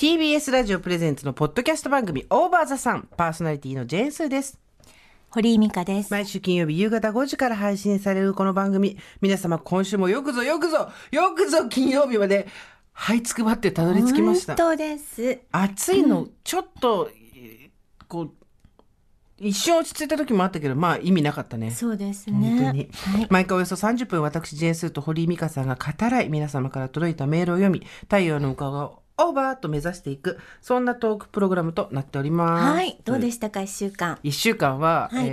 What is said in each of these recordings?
TBS ラジオプレゼンツのポッドキャスト番組オーバーザさん、パーソナリティのジェーンスーです。 堀井美香です。 毎週金曜日夕方5時から配信されるこの番組、皆様今週もよくぞ金曜日まで這いつくばってたどり着きました。 本当です。 暑いの、ちょっとこう一瞬落ち着いた時もあったけど、まあ意味なかったね。 そうですね。 本当に、 はい、 毎回およそ30分、私ジェーンスーと堀井美香さんが語らい、皆様から届いたメールを読み、太陽の向こう側をオーバーと目指していく、そんなトークプログラムとなっております。 はい、どうでしたか、1週間。 1週間は、 はい、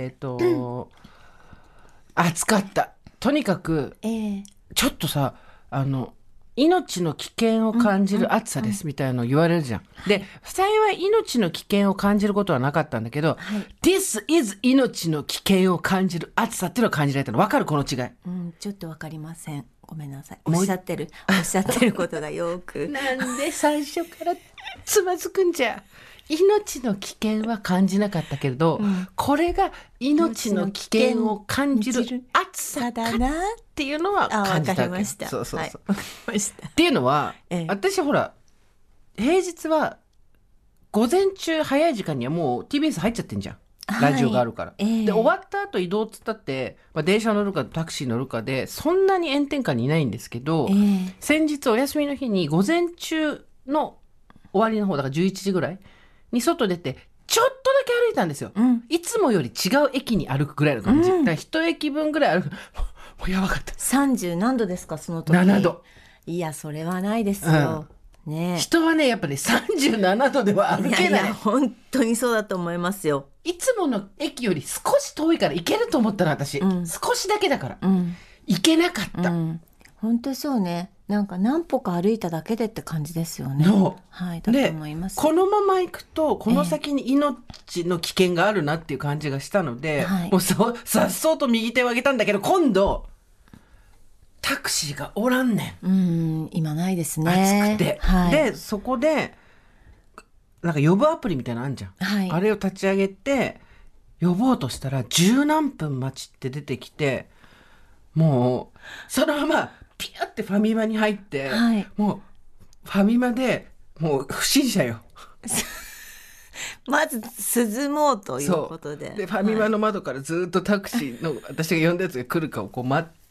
暑かった。とにかく、ちょっとさ、命の危険を感じる暑さですみたいなの言われるじゃん。で、幸い命の危険を感じることはなかったんだけど、はい、This is 命の危険を感じる暑さっていうのを感じられたの。分かるこの違い。 ちょっと分かりません。ごめんなさい。おっしゃってることがよく。 なんで最初からつまずくんじゃ。命の危険は感じなかったけれど、これが命の危険を感じる暑さだなっていうのは感じたわけ。そうそうそう。はい、っていうのは、私ほら平日は午前中早い時間にはもう TBS 入っちゃってんじゃん。ラジオがあるから、で終わった後移動っつったって、電車乗るかタクシー乗るかでそんなに炎天下にいないんですけど、先日お休みの日に午前中の終わりの方だから11時ぐらいに外出てちょっとだけ歩いたんですよ、いつもより違う駅に歩くぐらいの感じ、だから一駅分ぐらい歩く。もうやばかった。 30何度ですかその時。 7度。 いやそれはないですよ、ね、 人はねやっぱね37度では歩けない。 いや本当にそうだと思いますよ。 いつもの駅より少し遠いから行けると思ったの私、少しだけだから、行けなかった、 本当そうね。なんか何歩か歩いただけでって感じですよね。はい、だと思います。 このまま行くとこの先に命の危険があるなっていう感じがしたので、もうさっそうと右手を上げたんだけど、今度タクシーがおらんねん。 今ないですね。 暑くて、でそこでなんか呼ぶアプリみたいなのあんじゃん、あれを立ち上げて呼ぼうとしたら十何分待ちって出てきて、もうそのままピュってファミマに入って、もうファミマでもう不審者よまず涼もうということで、 ファミマの窓からずっとタクシーの私が呼んだやつが来るかをこう待って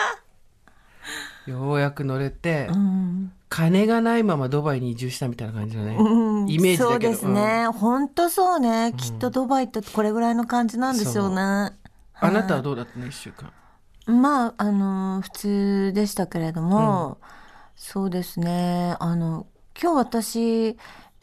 ようやく乗れて、金がないままドバイに移住したみたいな感じのね、イメージだけど。 そうですね、本当そうね、きっとドバイってこれぐらいの感じなんでしょうね。あなたはどうだったの1週間。 まあ普通でしたけれども、そうですね、今日私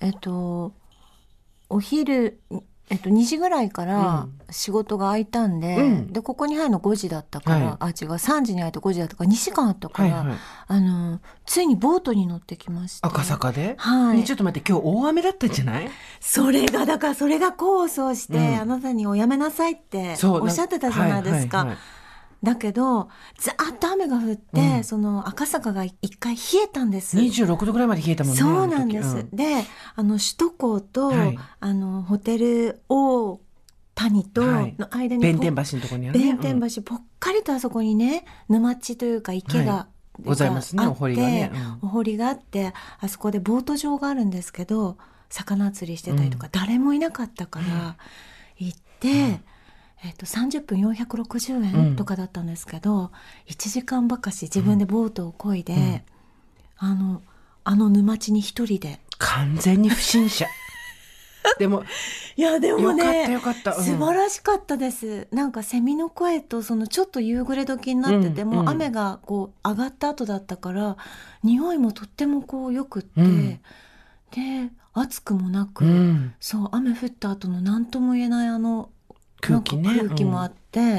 お昼2時ぐらいから仕事が空いたんで、でここに入るの5時だったから、違う3時に入って5時だったから2時間あったから、ついにボートに乗ってきました。 赤坂で、ちょっと待って、今日大雨だったんじゃない？ それが功を奏して、あなたにおやめなさいっておっしゃってたじゃないですか。だけどざーっと雨が降って、その赤坂が一回冷えたんです。 26度ぐらいまで冷えたもんね。 そうなんです、で首都高と、ホテル大谷との間に、 弁天橋のところにあるね、 弁天橋、ぽっかりとあそこにね沼地というか池が、 ございますね、お堀がね、 お堀があって、あそこでボート場があるんですけど、魚釣りしてたりとか、誰もいなかったから行って、30分460円とかだったんですけど、1時間ばかし自分でボートを漕いで、あの沼地に一人で。 完全に不審者でもね、よかった、 素晴らしかったです。なんかセミの声と、そのちょっと夕暮れ時になってて、もう雨がこう上がった後だったから匂いもとってもこうよくって、で暑くもなく、そう雨降った後の何とも言えない空気ね、 空気もあって、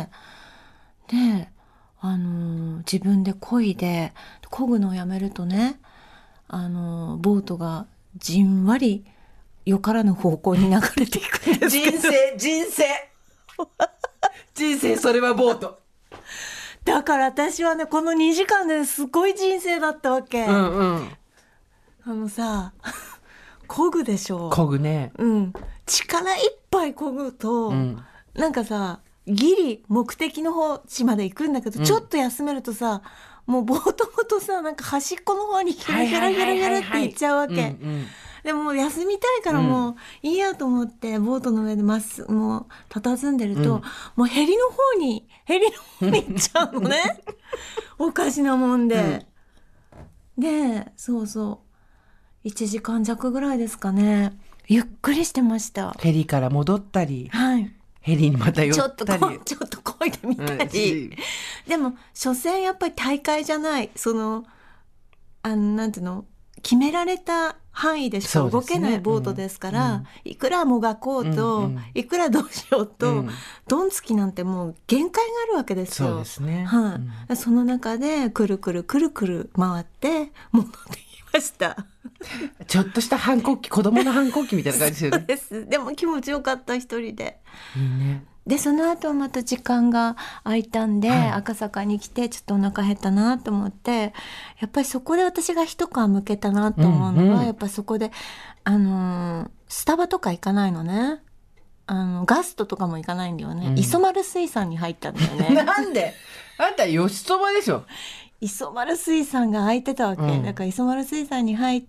で自分で漕いで漕ぐのをやめるとね、ボートがじんわりよからぬ方向に流れていくんですけど人生それはボートだから私はね、この2時間ですごい人生だったわけ。さ漕ぐでしょ。 漕ぐね、 力いっぱい漕ぐと、なんかさギリ目的の方地まで行くんだけど、ちょっと休めるとさ、もうボートごとさ、なんか端っこの方にヒュルヒュルヒュルヒュルって行っちゃうわけ。 でも休みたいからもういいやと思ってボートの上でもう佇んでると、もうヘリの方に行っちゃうのねおかしなもんで、でそう1時間弱ぐらいですかね、ゆっくりしてました。 ヘリから戻ったり、 はい、 ヘリにまた寄ったりちょっと漕いでみたり、でも所詮やっぱり大会じゃない、なんていうの、決められた範囲でしか動けないボートですから、いくらもがこうと、いくらどうしようと、ドンつきなんてもう限界があるわけですよ。 そうですね、 その中でくるくる回って戻ってきましたちょっとした反抗期、子供の反抗期みたいな感じですよね。 そうです。でも気持ちよかった、一人で。 いいね。 でその後また時間が空いたんで、赤坂に来てちょっとお腹減ったなと思って、やっぱりそこで私が一皮むけたなと思うのは、やっぱそこでスタバとか行かないのね、ガストとかも行かないんだよね、磯丸水産に入ったんだよねなんであんた吉そばでしょ。 磯丸水産が空いてたわけ、だから磯丸水産に入って、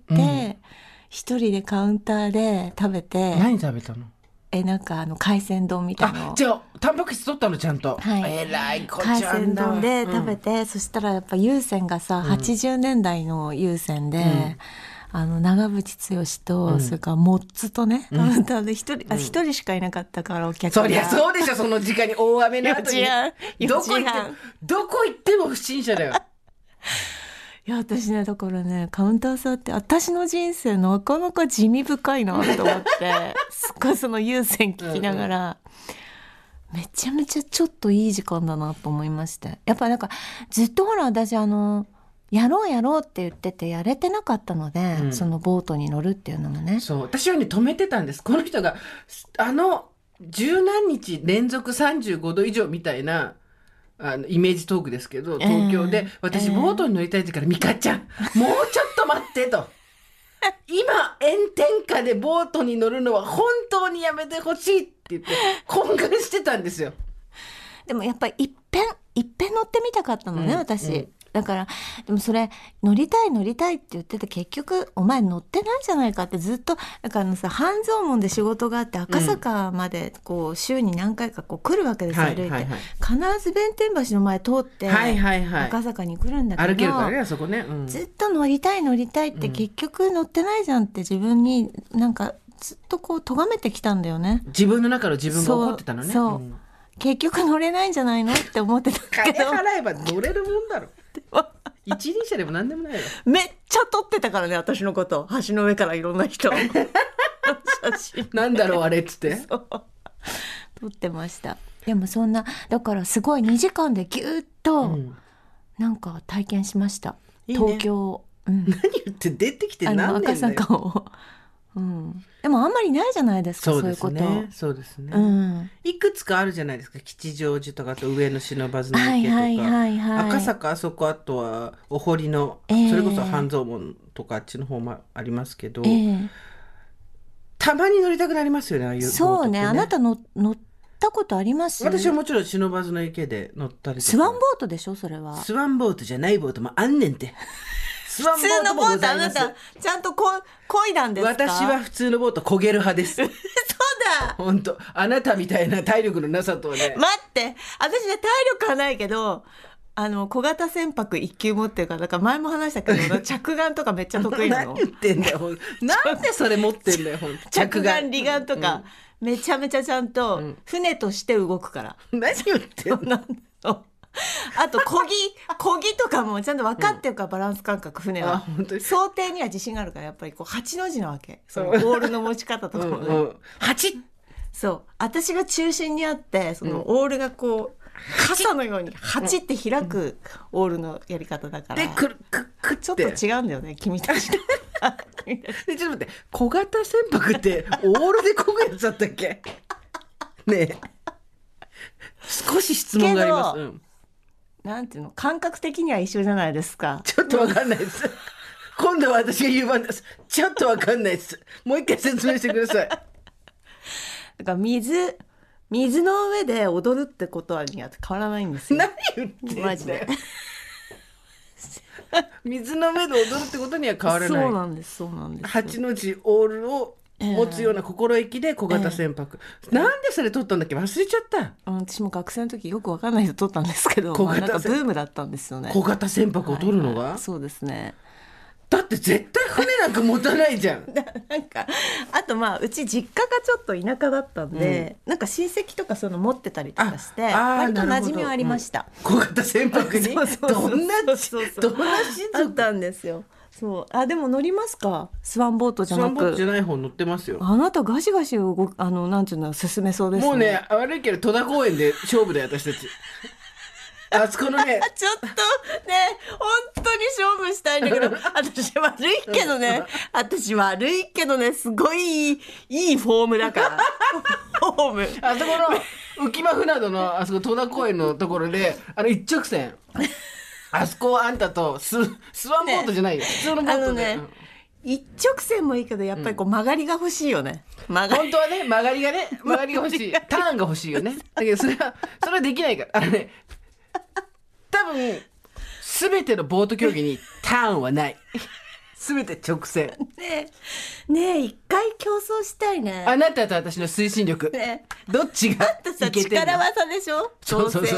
一人でカウンターで食べて。 何食べたの？ なんか海鮮丼みたいなの。 じゃあタンパク質取ったのちゃんと。えらい子ちゃんだ。 海鮮丼で食べて、そしたらやっぱ有線がさ、80年代の有線で、長渕剛と、それからモッツとね、カウンターで一人しかいなかったから、お客さんが。 そりゃそうでしょ、その時間に大雨の後にどこ行っても不審者だよ。 いや私ね、だからね、カウンターさんって私の人生なかなか地味深いなと思ってすっごいその有線聞きながら、めちゃめちゃちょっといい時間だなと思いまして、やっぱなんかずっとほら私やろうって言っててやれてなかったので、そのボートに乗るっていうのもね。 そう、私はね止めてたんです。この人が十何日連続35度以上みたいなイメージトークですけど、東京で、私ボートに乗りたいってから、ミカちゃんもうちょっと待ってと今炎天下でボートに乗るのは本当にやめてほしいって言って懇願してたんですよ。 でもやっぱりいっぺん乗ってみたかったのね、私。だからでもそれ乗りたいって言ってて、結局お前乗ってないじゃないかってずっと。だからさ、半蔵門で仕事があって赤坂までこう週に何回かこう来るわけです、歩いて、必ず弁天橋の前通って赤坂に来るんだけど、 歩けるからねあそこね、 ずっと乗りたいって結局乗ってないじゃんって自分になんかずっとこう咎めてきたんだよね。 自分の中の自分が怒ってたのね。 そう、結局乗れないんじゃないのって思ってたけど金払えば乗れるもんだろ一輪車でも何でもないよ。 めっちゃ撮ってたからね、私のこと。橋の上からいろんな人写真なんだろうあれっつって撮ってました。でもそんなだからすごい2時間でギュッとなんか体験しました、東京。 何言って出てきて何年だよ。 赤坂をでもあんまりないじゃないですか、そういうこと。 そうですね、いくつかあるじゃないですか。吉祥寺とか、あと上野不忍池とか、赤坂、あそこ、あとはお堀の、それこそ半蔵門とかあっちの方もありますけど、たまに乗りたくなりますよね、ああいうボートってね。 そうね。あなた乗ったことあります？ 私はもちろん不忍池で乗ったりとか。 スワンボートでしょ、それは。 スワンボートじゃないボートもあんねんて。 普通のボートあなたちゃんと漕いだんですか？ 私は普通のボート漕げる派です。 そうだ。 本当、あなたみたいな体力のなさとはね。 待って、私ね体力はないけど小型船舶1級持ってるから、だから前も話したけど着岸とかめっちゃ得意なの。 何言ってんだよなんでそれ持ってんだよ着岸離岸とか、めちゃめちゃちゃんと船として動くから、 何言ってんのあと漕ぎとかもちゃんと分かってるから、バランス感覚、船は想定には自信があるから、やっぱりこう8の字なわけ、そのボールの持ち方とかもね8、そう私が中心にあって、そのオールがこう傘のように8って開くオールのやり方だから、 でちょっと違うんだよね、君たちと。 でちょっと待って、小型船舶ってオールで漕ぐやつだったっけねえ、少し質問があります。 なんていうの、感覚的には一緒じゃないですか。 ちょっとわかんないです。今度は私が言う番です。ちょっとわかんないです。もう一回説明してください。 だから水の上で踊るってことには変わらないんですよ。 何言ってんだよ。 水の上で踊るってことには変わらない。 そうなんですそうなんです。 8の字オールを持つような心意気で小型船舶、なんでそれ撮ったんだっけ、忘れちゃった。 私も学生の時よく分かんないで撮ったんですけど、 小型なんかブームだったんですよね、 小型船舶を撮るのが、 はいはい、そうですね。 だって絶対船なんか持たないじゃんなんかあとまあうち実家がちょっと田舎だったんで、なんか親戚とかその持ってたりとかして割と馴染みはありました、 小型船舶にどんな親あったんですよ。そうでも乗りますか、スワンボートじゃなく。 スワンボートじゃない方乗ってますよ。 あなたガシガシなんていうの進めそうですね。 もうね、悪いけど戸田公園で勝負だよ私たちあそこのねちょっとね本当に勝負したいんだけど私悪いけどねすごいいいフォームだからフォームあそこの浮間船戸のあそこ戸田公園のところで一直線あそこはあんたとスワンボートじゃないよ、普通のボートで、 一直線もいいけどやっぱりこう曲がりが欲しいよね、 本当はね曲がりが欲しいターンが欲しいよね。だけどそれはできないから多分全てのボート競技にターンはない全て直線ねえ一回競争したいね。 あなたと私の推進力、どっちがいけてんの。 力技でしょ。 そうグ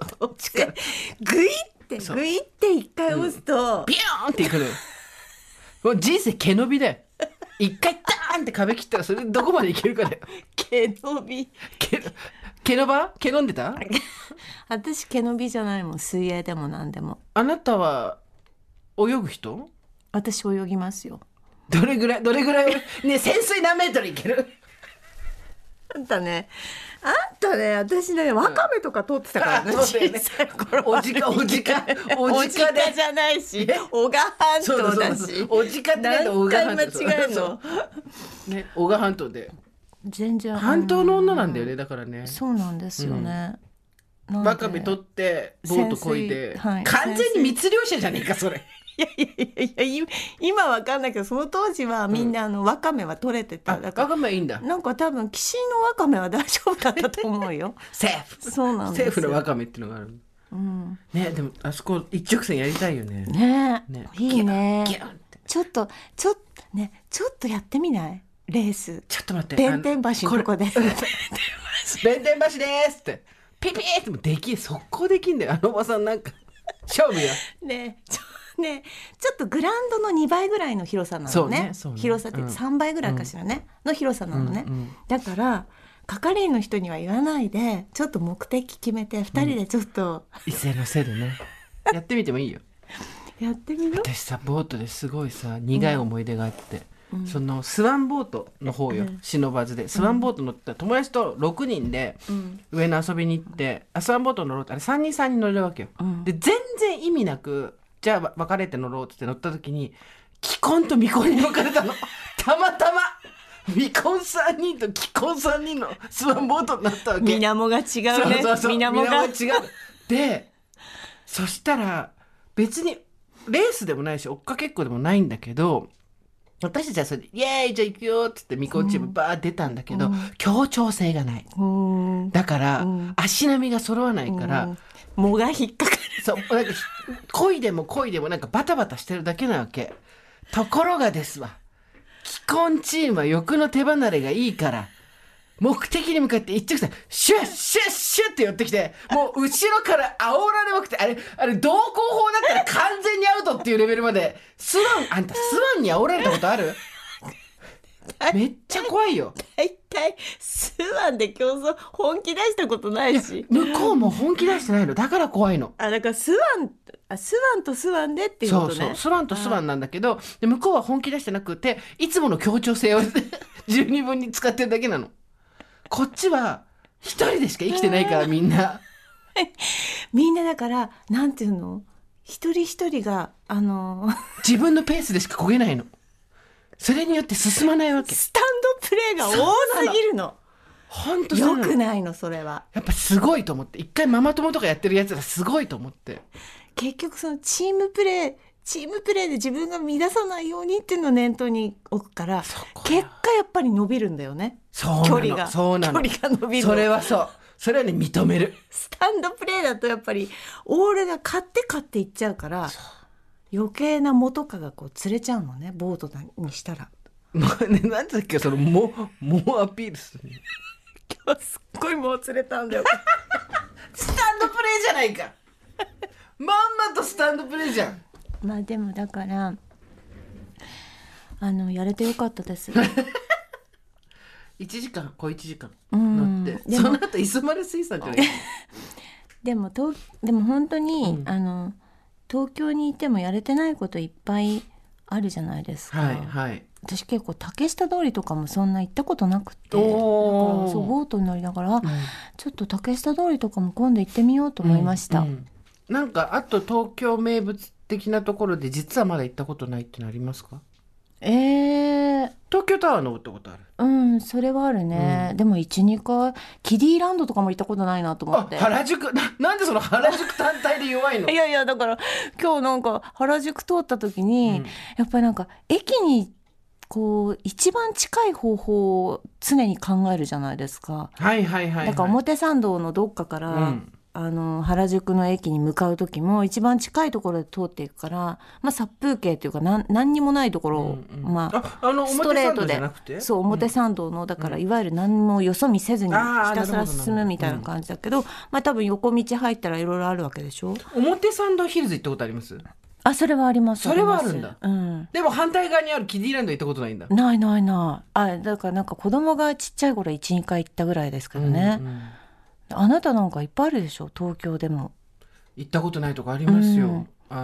イって一回押すとビヨーンっていくのよもう人生毛伸びだよ一回ダーンって壁切ったらそれでどこまでいけるかだよ毛伸び毛伸んでた私毛伸びじゃないもん、水泳でも何でも。 あなたは泳ぐ人？ 私泳ぎますよ。 どれぐらいね、潜水何メートルいける？ あんたね私ねワカメとか取ってたからね、 そうだよね、おじかじゃないし男鹿半島だし、 おじかってなんで男鹿半島、 何回間違えるのね、男鹿半島で全然半島の女なんだよね、だからね。 そうなんですよね、 ワカメ取ってボートこいで、完全に密漁者じゃねえかそれ。 いや今わかんないけどその当時はみんなワカメは取れてた、だからワカメいいんだ。 なんか多分岸のワカメは大丈夫だったと思うよセーフ。 そうなんですよ、 セーフのワカメっていうのがある、ね。でもあそこ一直線やりたいよね。 ねいいね。 ギュンってちょっとやってみない？レース。 ちょっと待って、 弁天橋のとこで弁天橋ですってピピーってもでき速攻できんだよ、あのおばさんなんか勝負よねちょっとグラウンドの2倍ぐらいの広さなのね。広さって3倍ぐらいかしらね、の広さなのね、だから係員の人には言わないでちょっと目的決めて2人でちょっと、 一斉のせいでねやってみてもいいよやってみよう。 私さボートですごいさ苦い思い出があって、そのスワンボートの方よ、忍ばずでスワンボート乗った友達と6人で上野遊びに行って、スワンボート乗ろうってあれ3人3人乗れるわけよ、で全然意味なくじゃあ別れて乗ろうって乗った時に既婚と未婚に分かれたのたまたま未婚3人と既婚3人のスワンボートになったわけ。 水面が違うね。 水面が違うでそしたら別にレースでもないし追っかけっこでもないんだけど、私たちはそれでイエーイじゃあ行くよっつって未婚チームバーッ出たんだけど、協調性がない、だから、足並みが揃わないから、 藻が引っかかる。 そうなんか恋でもなんかバタバタしてるだけなわけ。ところがですわ、既婚チームは欲の手離れがいいから目的に向かって一直線シュッシュッシュッって寄ってきて、もう後ろから煽られまくって、あれ道交法だったら完全にアウトっていうレベルまであんたスワンに煽られたことある？めっちゃ怖いよ。 大体スワンで競争本気出したことないし、 向こうも本気出してないの、だから怖いの。 だからスワンとスワンでっていうことね。 そうスワンとスワンなんだけど、で向こうは本気出してなくていつもの協調性を十二分に使ってるだけなの。こっちは一人でしか生きてないからみんなみんなだからなんていうの、一人一人が自分のペースでしか漕げないの。それによって進まないわけ。 スタンドプレーが多すぎるの。 本当よくないのそれは。 やっぱすごいと思って、一回ママ友とかやってるやつがすごいと思って、 結局そのチームプレーで自分が乱さないようにっていうのを念頭に置くから、結果やっぱり伸びるんだよね。距離が伸びる。 それはね認める。 スタンドプレーだとやっぱりオールが勝っていっちゃうから、 余計な藻とかがこう釣れちゃうのね、ボートにしたら。 ね、なんだっけそのもうアピールする今日すっごい藻釣れたんだよスタンドプレーじゃないかまんまとスタンドプレーじゃん。 まあでもだからやれてよかったです 1時間小1時間うん乗って、 でもその後磯丸水産じゃないでも本当に、 うん東京にいてもやれてないこといっぱいあるじゃないですか、 はいはい。 私結構竹下通りとかもそんな行ったことなくて、だからおーそうボートに乗りながら、ちょっと竹下通りとかも今度行ってみようと思いました、 なんかあと東京名物的なところで実はまだ行ったことないってのありますか？東京タワー登ったことある？ それはあるね、でも 1,2 回キディランドとかも行ったことないなと思って。 原宿なんでその原宿単体で弱いの？ いやいやだから今日なんか原宿通った時に、やっぱりなんか駅にこう一番近い方法を常に考えるじゃないですか。 はいはいはい、はい、 だから表参道のどっかから、原宿の駅に向かう時も一番近いところで通っていくから、まあ、殺風景というか何にもないところを、ストレートでそう表参道のだからいわゆる何もよそ見せずにひたすら進むみたいな感じだけど、まあ、多分横道入ったらいろいろあるわけでしょ。 表参道ヒルズ行ったことあります？ それはあります。 それはあるんだ、でも反対側にあるキディランド行ったことないんだ。 ないだからなんか子供がちっちゃい頃 1,2 回行ったぐらいですけどね、あなたなんかいっぱいあるでしょ東京でも。 行ったことないとこありますよ、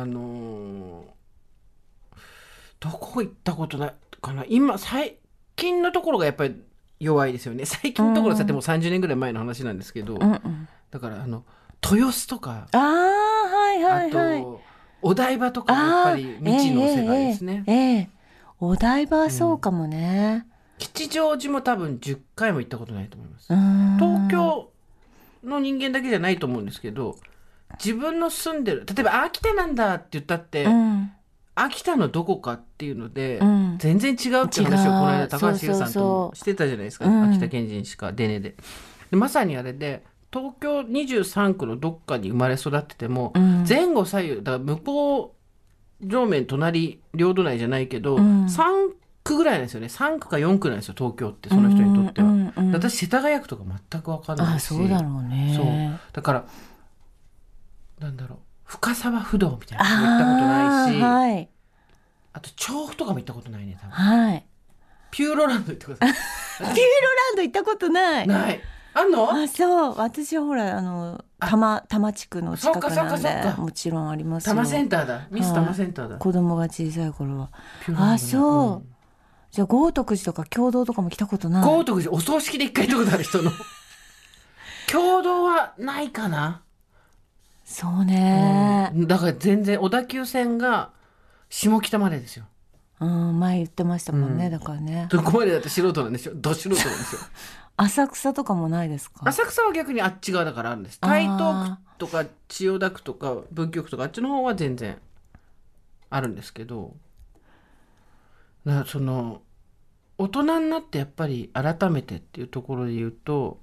どこ行ったことないかな。今最近のところがやっぱり弱いですよね。最近のところさってもう30年ぐらい前の話なんですけど、だから豊洲とかあとお台場とかやっぱり未知の世界ですね。 お台場はそうかもね、 吉祥寺も多分10回も行ったことないと思います。東京の人間だけじゃないと思うんですけど、自分の住んでる例えば秋田なんだって言ったって、秋田のどこかっていうので、全然違うっていう話をこの間高橋優さんともしてたじゃないですか、秋田県人しかデネでまさにあれで東京23区のどっかに生まれ育ってても、前後左右だから向こう上面隣領土内じゃないけど、3区ぐらいなんですよね。3区か4区なんですよ東京って、その人にとっては、私世田谷区とか全く分かんないし。 そうだろうね。 そうだからなんだろう深沢不動みたいなの行ったことないし、あと調布とかも行ったことないね多分、ピューロランド行ったことないピューロランド行ったことないあんの？ そう私はほら多摩地区の近くなんでもちろんありますよ。 多摩センターだ、ミス多摩センターだ。 子供が小さい頃はそう、じゃあ豪徳寺とか経堂とかも来たことない？ 豪徳寺お葬式で一回行ったことある人の経堂はないかな。 そうね、 だから全然小田急線が下北までですよ。 前言ってましたもんね、だからね。 どこまでだって素人なんですよ。ど素人なんですよ浅草とかもないですか？ 浅草は逆にあっち側だからあるんです。台東区とか千代田区とか文京区とかあっちの方は全然あるんですけど、その大人になってやっぱり改めてっていうところで言うと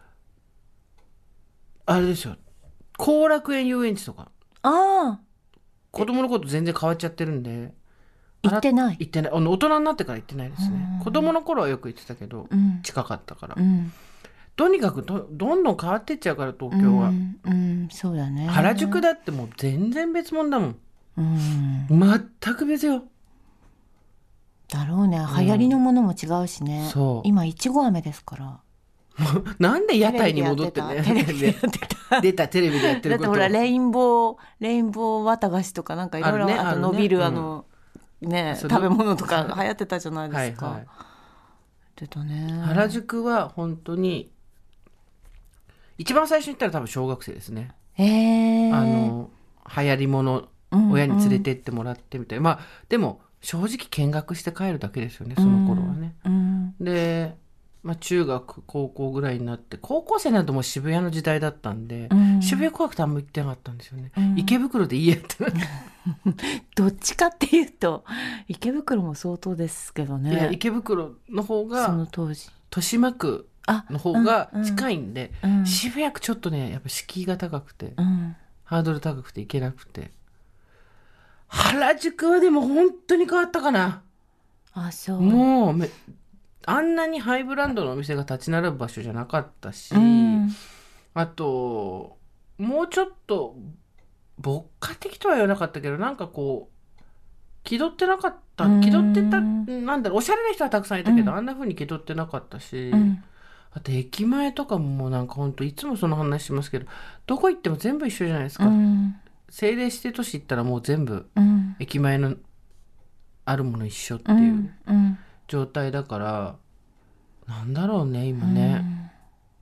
あれですよ、後楽園遊園地とか子供のこと全然変わっちゃってるんで行ってない。 大人になってから行ってないですね。子供の頃はよく行ってたけど、近かったから、とにかくどんどん変わってっちゃうから東京は、 そうだね。 原宿だってもう全然別物だもん、全く別よ。 だろうね、流行りのものも違うしね、今いちご飴ですからなんで屋台に戻ってね出たテレビでやってること。 だってほらレインボー綿菓子とかなんかいろいろあと伸びる食べ物とか流行ってたじゃないですか。出たね。 原宿は本当に一番最初に行ったら多分小学生ですね。流行りもの親に連れてってもらってみたいな、まあでも正直見学して帰るだけですよねその頃はね、で中学高校ぐらいになって、高校生になるともう渋谷の時代だったんで、渋谷怖くてあんま行ってなかったんですよね、池袋でいいやってどっちかっていうと池袋も相当ですけどね。 いや池袋の方がその当時豊島区の方が近いんで、渋谷区ちょっとねやっぱ敷居が高くて、ハードル高くて行けなくて、 原宿はでも本当に変わったかな。 あ、そう。 もうあんなにハイブランドのお店が立ち並ぶ場所じゃなかったし、あともうちょっと牧歌的とは言わなかったけど、なんかこう気取ってなかった、気取ってた、なんだろう、おしゃれな人はたくさんいたけど、あんな風に気取ってなかったし、あと駅前とかももうなんかほんといつもその話しますけど、どこ行っても全部一緒じゃないですか。政令指定都市行ったらもう全部駅前のあるもの一緒っていう状態だから、なんだろうね今ね、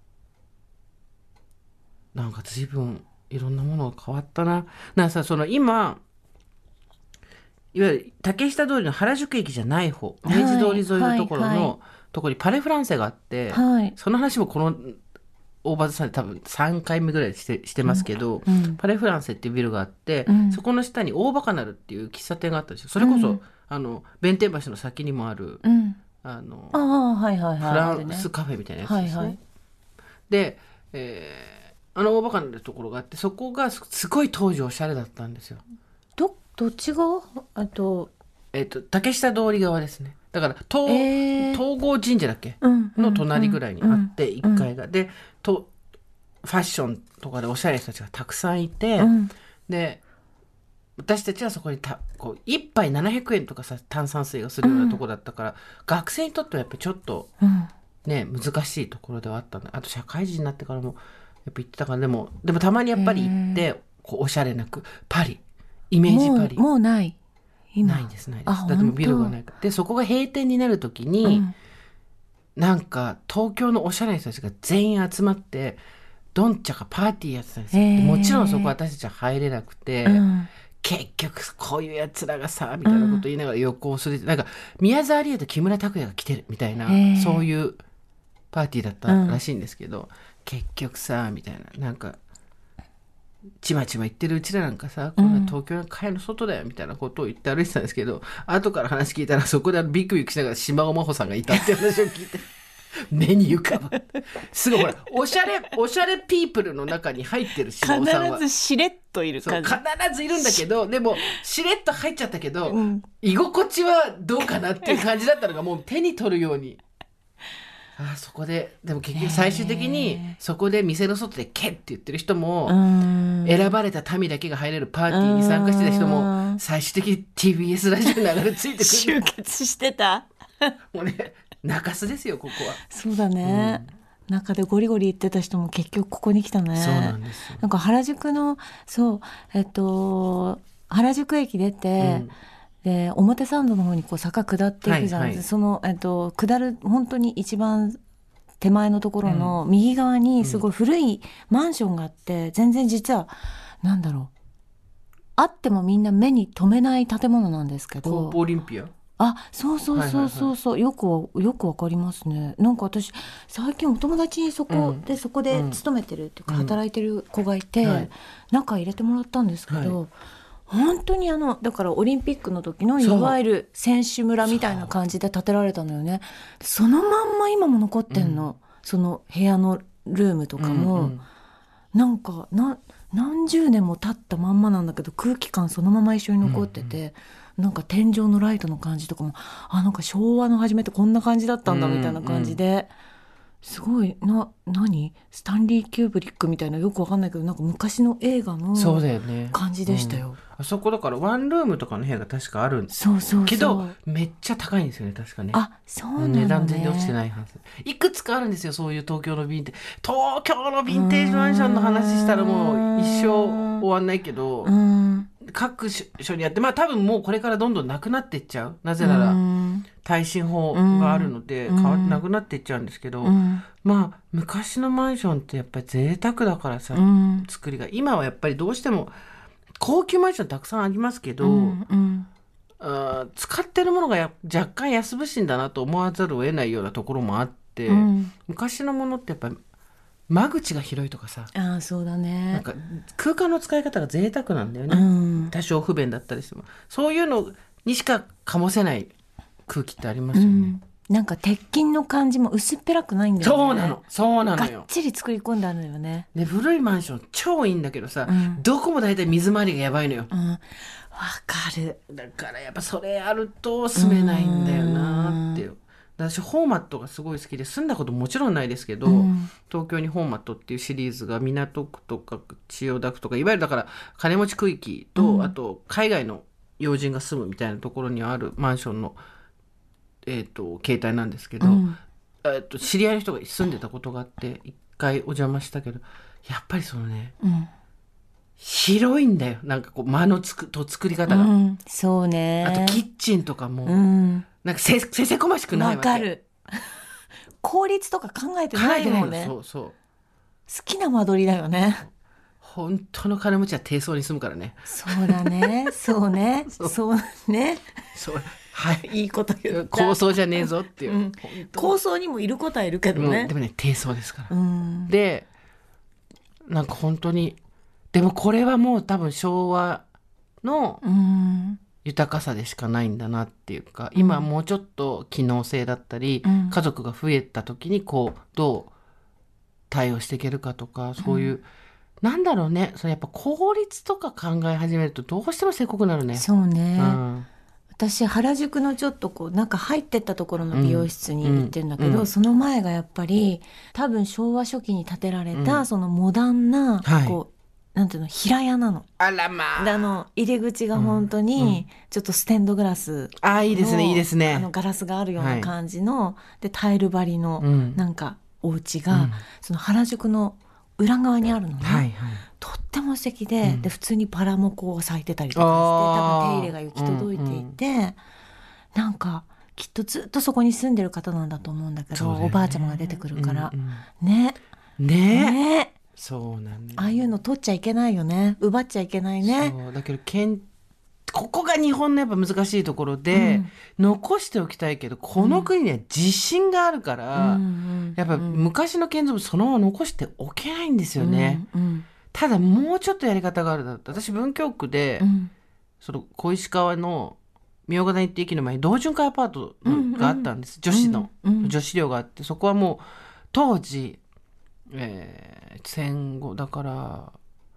なんか随分いろんなものが変わったな。なんかさ、その今いわゆる竹下通りの原宿駅じゃない方、明治通り沿いのところのところにパレフランセがあって、その話もこの大場さんで多分3回目ぐらいしてますけど、パレフランセっていうビルがあって、そこの下に大バカナルっていう喫茶店があったんですよ。それこそ、弁天橋の先にもある、フランスカフェみたいなやつですね。で、大バカナルってところがあって、そこがすごい当時おしゃれだったんですよ。 どっち側？ 竹下通り側ですね。だから東郷神社だっけ、の隣ぐらいにあって、1階が。でファッションとかでおしゃれな人たちがたくさんいて、で私たちはそこにこう1杯700円とかさ、炭酸水がするようなとこだったから、学生にとってはやっぱりちょっとね、難しいところではあったんだ。あと社会人になってからもやっぱ行ってたから、でもたまにやっぱり行ってこうおしゃれなくパリ、イメージパリもうないないです。だってもうビルがないから。でそこが閉店になる時に、なんか東京のおしゃれな人たちが全員集まってドンチャカパーティーやってたんですよ。でもちろんそこ私たちは入れなくて、結局こういうやつらがさみたいなこと言いながら横をする、なんか宮沢りえと木村拓哉が来てるみたいな、そういうパーティーだったらしいんですけど、結局さみたいな、なんかちまちま言ってるうちらなんかさ、こんな東京の会の外だよみたいなことを言って歩いてたんですけど、後から話聞いたらそこでビクビクしながら島尾真帆さんがいたって話を聞いて目に浮かぶ。すごいほらおしゃれピープルの中に入ってる島尾さんは必ずしれっといる感じ。 必ずいるんだけど、でもしれっと入っちゃったけど、居心地はどうかなっていう感じだったのがもう手に取るように。そこでも結局最終的にそこで店の外でケッって言ってる人も、選ばれた民だけが入れるパーティーに参加してた人も最終的に TBS ラジオに流れ着いてくる。 集結してた。 もうね、中洲ですよここは。 そうだね、中でゴリゴリ言ってた人も結局ここに来たね。 そうなんですよ。 なんか原宿の原宿駅出て、で表参道の方にこう坂下っていくじゃないですか。その、下る本当に一番手前のところの右側にすごい古いマンションがあって、全然実はなんだろう、あってもみんな目に留めない建物なんですけど。 コープオリンピア。 そうよくわかりますね。なんか私最近お友達にそこで勤めてるっていうか、働いてる子がいて、中入れてもらったんですけど、本当にだからオリンピックの時のいわゆる選手村みたいな感じで建てられたのよね。そのまんま今も残ってんの、その部屋のルームとかも、なんか何十年も経ったまんまなんだけど、空気感そのまま一緒に残ってて、なんか天井のライトの感じとかも、なんか昭和の初めってこんな感じだったんだみたいな感じで、すごい何スタンリー・キューブリックみたいな、よくわかんないけど、なんか昔の映画の感じでしたよ。 あそこだからワンルームとかの部屋が確かあるんですけど、めっちゃ高いんですよね確かね。 そうなのね。 値段全然落ちてないはず。いくつかあるんですよ、そういう東京のヴィンテージマンションの話したらもう一生終わんないけど、各所にあって、多分もうこれからどんどんなくなっていっちゃう。なぜなら耐震法があるのでなくなっていっちゃうんですけど、昔のマンションってやっぱり贅沢だからさ、作りが今はやっぱりどうしても高級マンションたくさんありますけど、使ってるものが若干安物心だなと思わざるを得ないようなところもあって、昔のものってやっぱり間口が広いとかさ、 そうだね、 なんか空間の使い方が贅沢なんだよね、多少不便だったりしてもそういうのにしか醸せない空気ってありますよね、 なんか鉄筋の感じも薄っぺらくないんだよね。そうなのよ。がっちり作り込んであるのよね。 で古いマンション超いいんだけどさ、どこも大体水回りがやばいのよ。 かる。 だからやっぱそれあると住めないんだよなっていう。私ホーマットがすごい好きで住んだこともちろんないですけど、東京にホーマットっていうシリーズが港区とか千代田区とかいわゆるだから金持ち区域と、あと海外の要人が住むみたいなところにあるマンションの、形態なんですけど、知り合いの人が住んでたことがあって一回お邪魔したけど、やっぱりそのね、広いんだよ。なんかこう間の作り方が、 そうね。 あとキッチンとかも、なんかせせこましくないわけ。 わかる。効率とか考えてないもんね。 そうそう。 好きな間取りだよね。 本当の金持ちは低層に住むからね。 そうだね。そうね。そうね。 そう、はい。 いいこと言う。 高層じゃねえぞっていう。 高層にもいることはいるけどね。 でもね、低層ですから。で、なんか本当に、でもこれはもう多分昭和の豊かさでしかないんだなっていうか、今もうちょっと機能性だったり、家族が増えた時にこうどう対応していけるかとか、そういう、なんだろうね、それやっぱ効率とか考え始めるとどうしてもせこくなるね。 そうね。私原宿のちょっとこう中入ってったところの美容室に行ってるんだけど、その前がやっぱり多分昭和初期に建てられたそのモダンなこう、なんていうの、平屋なの。 あらまあ。 入り口が本当にちょっとステンドグラスの、 いいですねいいですね。 ガラスがあるような感じの、でタイル張りのなんかお家が、その原宿の裏側にあるのね。とっても素敵で、で普通にバラもこう咲いてたりとかして、多分手入れが行き届いていて、なんかきっとずっとそこに住んでる方なんだと思うんだけど、おばあちゃまが出てくるから、ね。 そうなんだ。 ああいうの取っちゃいけないよね。奪っちゃいけないね。 そうだけどここが日本のやっぱ難しいところで、残しておきたいけどこの国には地震があるから、やっぱ昔の建造物そのまま残しておけないんですよね。ただもうちょっとやり方があるだろうと。私文京区で、その小石川の茗ヶ谷って駅の前に同潤会アパートがあったんです。女子寮があって、そこはもう当時、戦後だから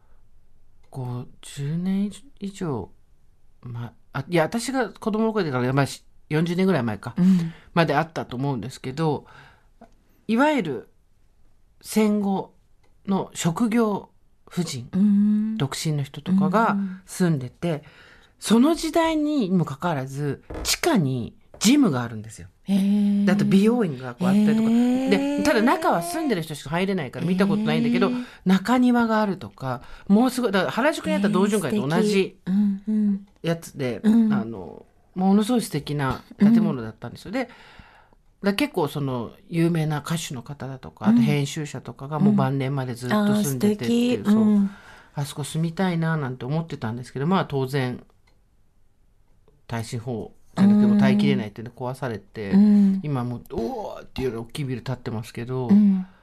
50年以上、いや私が子供の頃だから40年ぐらい前か、まであったと思うんですけど、いわゆる戦後の職業婦人、独身の人とかが住んでて、その時代にもかかわらず地下にジムがあるんですよ。だと美容院がこうあったりとかで、ただ中は住んでる人しか入れないから見たことないんだけど、中庭があるとか、もうすごいだから原宿にあった同潤会と同じやつで、ものすごい素敵な建物だったんですよ。で結構その有名な歌手の方だとか、あと編集者とかがもう晩年までずっと住んでてっていう、あそこ住みたいななんて思ってたんですけど、当然耐震法じゃなくても耐えきれないっていうので壊されて、今もうおーっていうような大きいビル建ってますけど、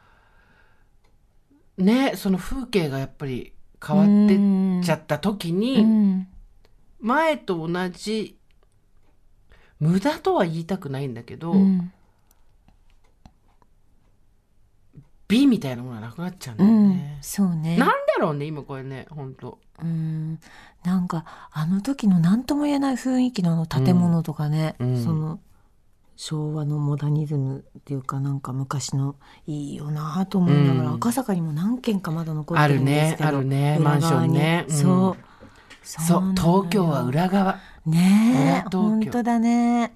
ね、その風景がやっぱり変わってっちゃった時に、前と同じ無駄とは言いたくないんだけど、美みたいなものがなくなっちゃうんだよね。 そうね。 なんだろうね今これね、本当。 なんかあの時の何とも言えない雰囲気の建物とかね、その昭和のモダニズムっていうか、なんか昔のいいよなと思いながら、赤坂にも何軒かまだ残ってるんですけど、 あるねマンションね。そう東京は裏側ね。本当だね。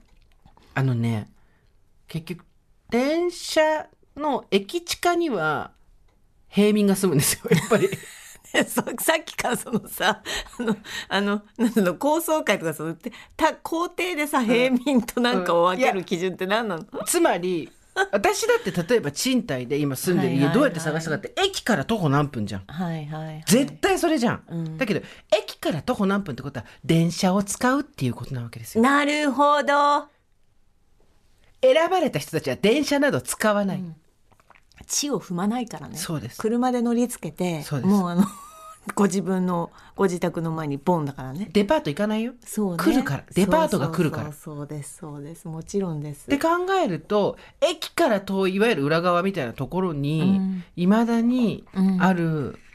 結局電車の駅地下には平民が住むんですよやっぱりさっきからそのさ、なんの高層階とか校庭でさ、平民となんかを分ける基準って何なの？ つまり私だって例えば賃貸で今住んでる家どうやって探したかって、駅から徒歩何分じゃん。絶対それじゃん。だけど駅から徒歩何分ってことは電車を使うっていうことなわけですよ。 なるほど。 選ばれた人たちは電車など使わない。 地を踏まないからね。 そうです。 車で乗りつけて、もうご自分のご自宅の前にボンだからね。 デパート行かないよ。 そうね。 来るから。デパートが来るから。 そうですもちろんです。 って考えると、駅から遠いいわゆる裏側みたいなところにいまだにある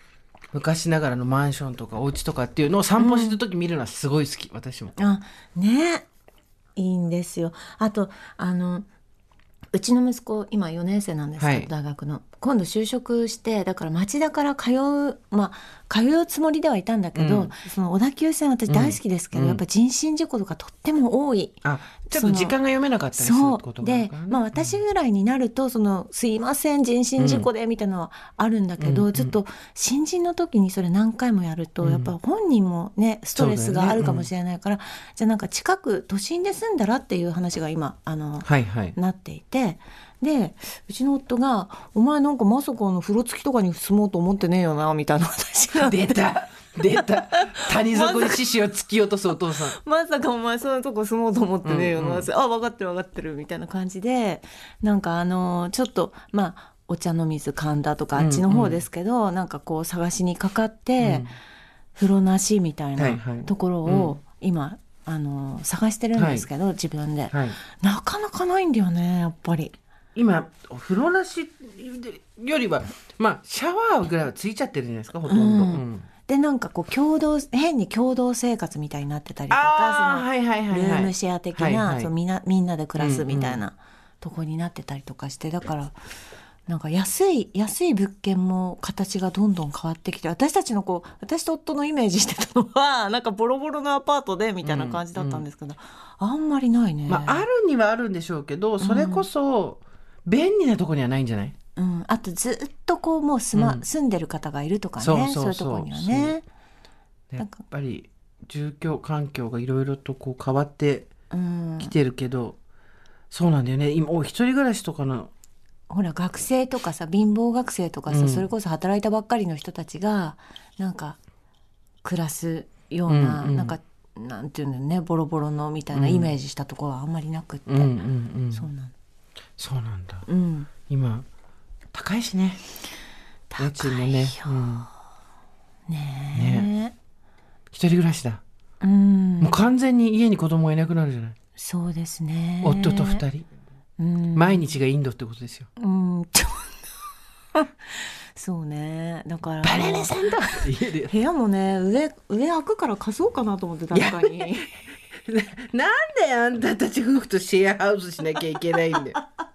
昔ながらのマンションとかお家とかっていうのを散歩してる時見るのはすごい好き、私も。 あ、ね、いいんですよ。あとうちの息子今4年生なんですけど、 はい大学の今度就職して、だから町田から通うつもりではいたんだけど、その小田急線私大好きですけど、やっぱ人身事故とかとっても多い。 あ、ちょっと時間が読めなかったりすることがあるでからね。 私ぐらいになるとすいません人身事故でみたいなのはあるんだけど、ちょっと新人の時にそれ何回もやると、やっぱ本人もねストレスがあるかもしれないから、じゃあなんか近く都心で住んだらっていう話が今はいはい。 なっていて、でうちの夫が「お前なんかまさか風呂付きとかに住もうと思ってねえよな」みたいな話が出た谷底に獅子を突き落とすお父さん。 まさかお前そんなとこ住もうと思ってねえよな、あ分かってる分かってるみたいな感じで、なんかちょっとお茶の水神田とかあっちの方ですけど、なんかこう探しにかかって、風呂なしみたいなところを今探してるんですけど、自分で、なかなかないんだよねやっぱり。 今お風呂なしよりはシャワーぐらいはついちゃってるじゃないですか、ほとんど。 でなんかこう変に共同生活みたいになってたりとあか、 ーはいはいはいはいルームシェア的はいはないみんなで暮らすみたいなとこになってたりとかして、だからなんか安い物件も形がどんどん変わってきて、私と夫のイメージしてたのはなんかボロボロのアパートでみたいな感じだったんですけど、あんまりないね。 あるにはあるんでしょうけど、それこそ便利なとこにはないんじゃない？ あとずっとこうもう住んでる方がいるとかね、そういうとこにはね。 やっぱり住居環境がいろいろとこう変わってきてるけど、そうなんだよね。今一人暮らしとかのほら学生とかさ、貧乏学生とかさ、それこそ働いたばっかりの人たちがなんか暮らすような、なんかなんていうんだよね、ボロボロのみたいなイメージしたところはあんまりなくって、 そうなんだ、今高いしね、家賃もね。ねえ、一人暮らしだ。もう完全に家に子供がいなくなるじゃない。 そうですね。 夫と2人、毎日がインドってことですよ。 そうね。だからバレレさんだ部屋もね、上開くから貸そうかなと思って、誰かになんであんたたち夫婦とシェアハウスしなきゃいけないんだよ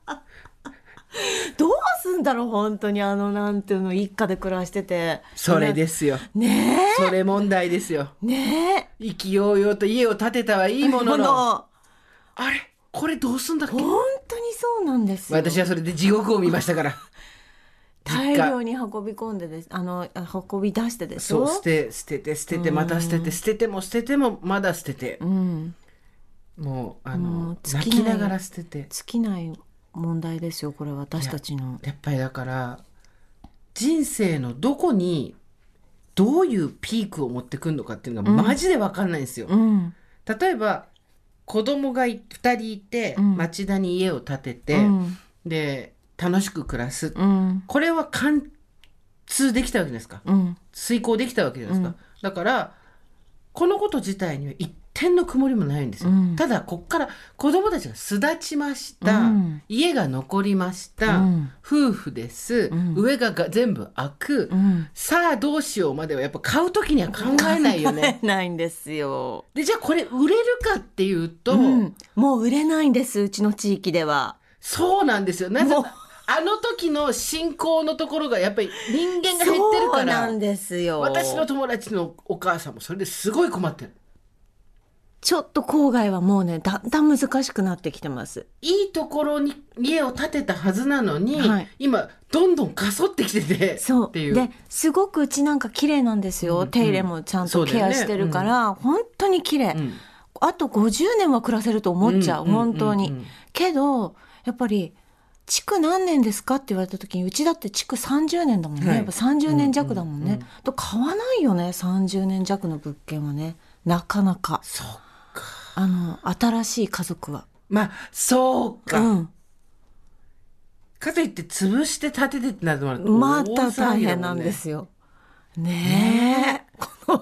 どうすんだろう本当に、なんていうの、一家で暮らしてて。 それですよねえ、 それ問題ですよねえ。 意気揚々と家を建てたはいいものの、あれこれどうすんだっけ。 本当にそうなんですよ。 私はそれで地獄を見ましたから大量に運び込んでです、運び出してですよ。 そう捨ててまた捨てて、捨ててもまだ捨てて、もう泣きながら捨てて、 尽きない問題ですよこれ、私たちの。 やっぱりだから人生のどこにどういうピークを持ってくるのかっていうのがマジで分かんないんですよ。例えば子供が2人いて、町田に家を建てて、で楽しく暮らす、これは貫通できたわけですか、遂行できたわけじゃないですか、だからこのこと自体には一点の曇りもないんですよ、ただこっから子供たちが巣立ちました、家が残りました、夫婦です、上が全部開く、さあどうしようまではやっぱ買う時には考えないよね。 考えないんですよ。 でじゃあこれ売れるかっていうと、 もう売れないんです、うちの地域では。 そうなんですよ。なぜあの時の信仰のところがやっぱり人間が減ってるから。 そうなんですよ。 私の友達のお母さんもそれですごい困ってる。 ちょっと郊外はもうね、だんだん難しくなってきてます。 いいところに家を建てたはずなのに、今どんどんかそってきててっていう。 ですごくうちなんか綺麗なんですよ、手入れもちゃんとケアしてるから、本当に綺麗、あと50年は暮らせると思っちゃう、本当に。けどやっぱり築何年ですかって言われた時に、うちだって築30年だもんね、やっぱ30年弱だもんね、と買わないよね、30年弱の物件はね、なかなか。 そうか、 新しい家族はそうか、かといって潰して建ててってなるとまた大変なんですよねえ。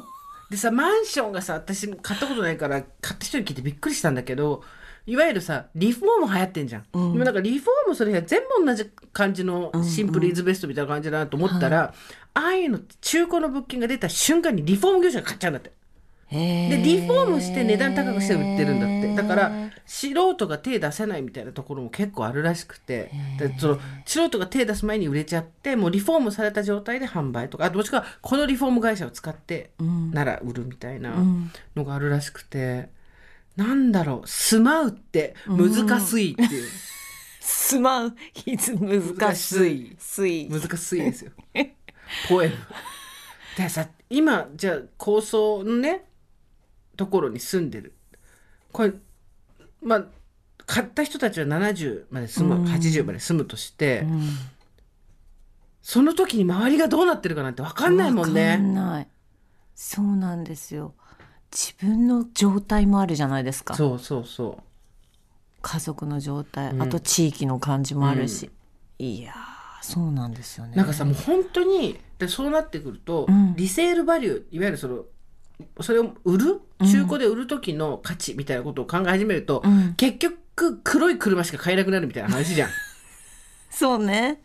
でさ、マンションがさ、私買ったことないから買った人に聞いてびっくりしたんだけど、いわゆるさリフォーム流行ってんじゃん、でもなんかリフォームそれ全部同じ感じのシンプルイズベストみたいな感じだなと思ったら、ああいうの中古の物件が出た瞬間にリフォーム業者が買っちゃうんだって。でリフォームして値段高くして売ってるんだって。だから素人が手出せないみたいなところも結構あるらしくて、でその素人が手出す前に売れちゃって、もうリフォームされた状態で販売とか、あともしくはこのリフォーム会社を使ってなら売るみたいなのがあるらしくて、なんだろう、住まうって難しいっていう。 住まう、難しい。 難しいですよ。ポエム。でさ、今じゃあ高層のねところに住んでる。これまあ買った人たちは70まで住む、80まで住むとして、その時に周りがどうなってるかなんて分かんないもんね。 分かんない。そうなんですよ。自分の状態もあるじゃないですか。 そうそうそう。 家族の状態、あと地域の感じもあるし、いやそうなんですよね。 なんかさ、もう本当にでそうなってくると、リセールバリュー、いわゆるそれを売る、中古で売る時の価値みたいなことを考え始めると、結局黒い車しか買えなくなるみたいな話じゃん。 そうね。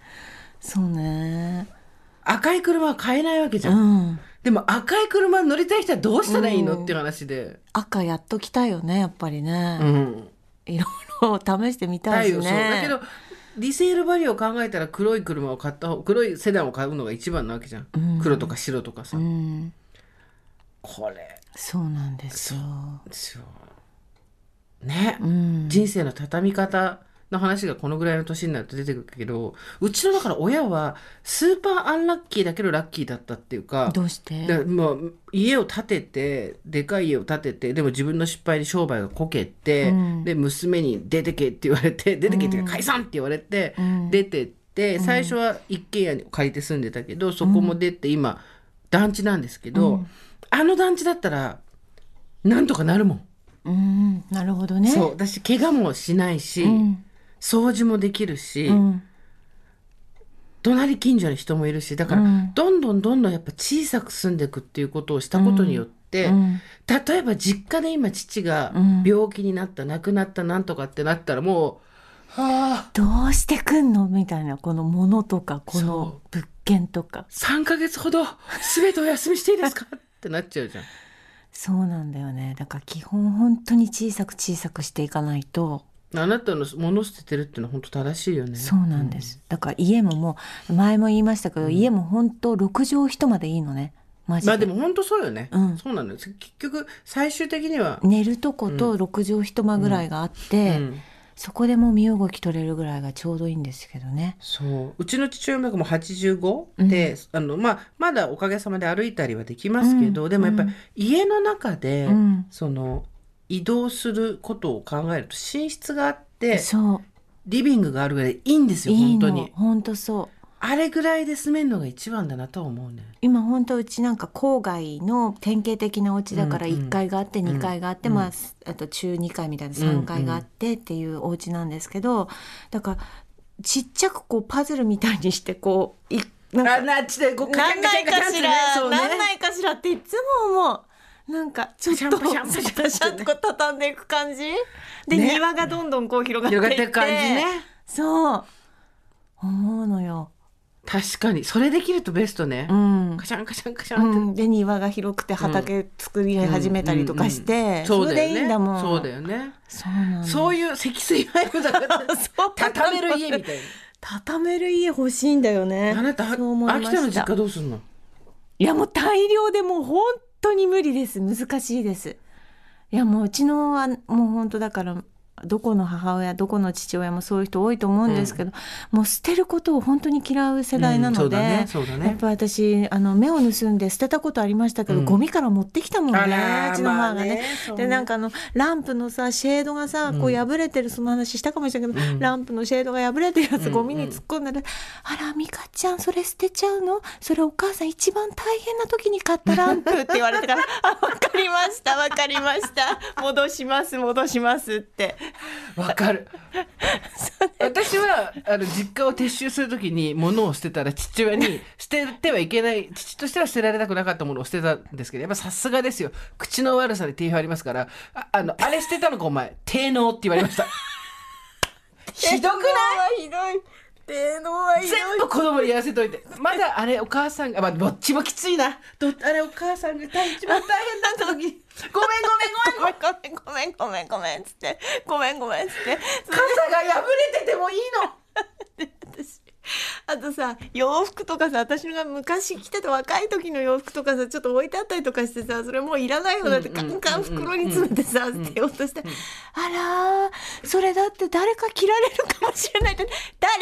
赤い車は買えないわけじゃん。でも赤い車に乗りたい人はどうしたらいいのっていう話で、 赤やっときたいよね、やっぱりね。いろいろ試してみたいしね。 だけどリセールバリューを考えたら黒い車を買った方、黒いセダンを買うのが一番なわけじゃん、黒とか白とかさ、これそうなんですよ。 ね、人生の畳み方の話がこのぐらいの年になると出てくるけど、うちのだから親はスーパーアンラッキーだけどラッキーだったっていうか。 どうして？ もう家を建てて、でかい家を建てて、でも自分の失敗で商売がこけて、で娘に出てけって言われて、出てけっていうか解散って言われて、出てって、最初は一軒家に借りて住んでたけど、そこも出て今団地なんですけど、あの団地だったらなんとかなるもん。 なるほどね。 そうだし、怪我もしないし、掃除もできるし、隣近所に人もいるし、だからどんどんやっぱ小さく住んでいくっていうことをしたことによって、例えば実家で今父が病気になった、亡くなったなんとかってなったら、もうどうしてくんのみたいな、この物とかこの物件とか 3ヶ月ほど全てお休みしていいですかってなっちゃうじゃん。 そうなんだよね。だから基本本当に小さくしていかないと。 あなたの物を捨ててるっていうのは本当正しいよね。 そうなんです、だから家ももう前も言いましたけど、家も本当6畳一間でいいのね、マジで。 でも本当そうよね、そうなんです。結局最終的には寝るとこと6畳一間ぐらいがあって、そこでもう身動き取れるぐらいがちょうどいいんですけどね。 そう、うちの父親も85で、まだおかげさまで歩いたりはできますけど、でもやっぱり家の中で、その移動することを考えると寝室があってリビングがあるぐらいいいんですよ。本当に本当そう。 あれぐらいで住めるのが一番だなと思うね。 今本当うちなんか郊外の典型的なお家だから1階があって2階があって、あと中2階みたいな3階があってっていうお家なんですけど、だからちっちゃくこうパズルみたいにしてこうなんないかしらっていつも思う。なんかちょっとパシャンと畳んでいく感じで、庭がどんどんこう広がっていって、 感じね。 そう思うのよ。 確かにそれできるとベストね、カシャンカシャンカシャンって、 で庭が広くて畑作り始めたりとかして、それでいいんだもん。 そうだよね。 そういう積水ハイブだから畳める家みたいな。 畳める家欲しいんだよね。 あなた秋田の実家どうするの？ いやもう大量でもう本当に無理です。難しいです。いやもううちのはもう本当だからどこの母親どこの父親もそういう人多いと思うんですけど、もう捨てることを本当に嫌う世代なので、やっぱ私目を盗んで捨てたことありましたけど、ゴミから持ってきたもんね、うちの母がね。でなんかランプのさシェードがさこう破れてる、その話したかもしれないけど、ランプのシェードが破れてるやつゴミに突っ込んだら、あら美香ちゃんそれ捨てちゃうの？それお母さん一番大変な時に買ったランプって言われてから分かりました戻しますってわかる。私は実家を撤収するときに物を捨てたら父親に捨ててはいけない、父としては捨てられたくなかったものを捨てたんですけど、やっぱさすがですよ。口の悪さで定評ありますから、あれ捨てたのかお前、低能って言われました。ひどくない？ ひどい。低能はひどい。 全部子供にやらせといて。まだあれお母さんが、まあ、どっちもきついな。あれお母さんが一番大変だった時に、ごめんごめんつって、ごめんつって。 傘が破れててもいいの。 私あとさ、洋服とかさ、私が昔着てた若い時の洋服とかさ、ちょっと置いてあったりとかしてさ、それもういらないよだってカンカン袋に詰めてさ、捨てようとして、あらー、それだって誰か着られるかもしれないって。誰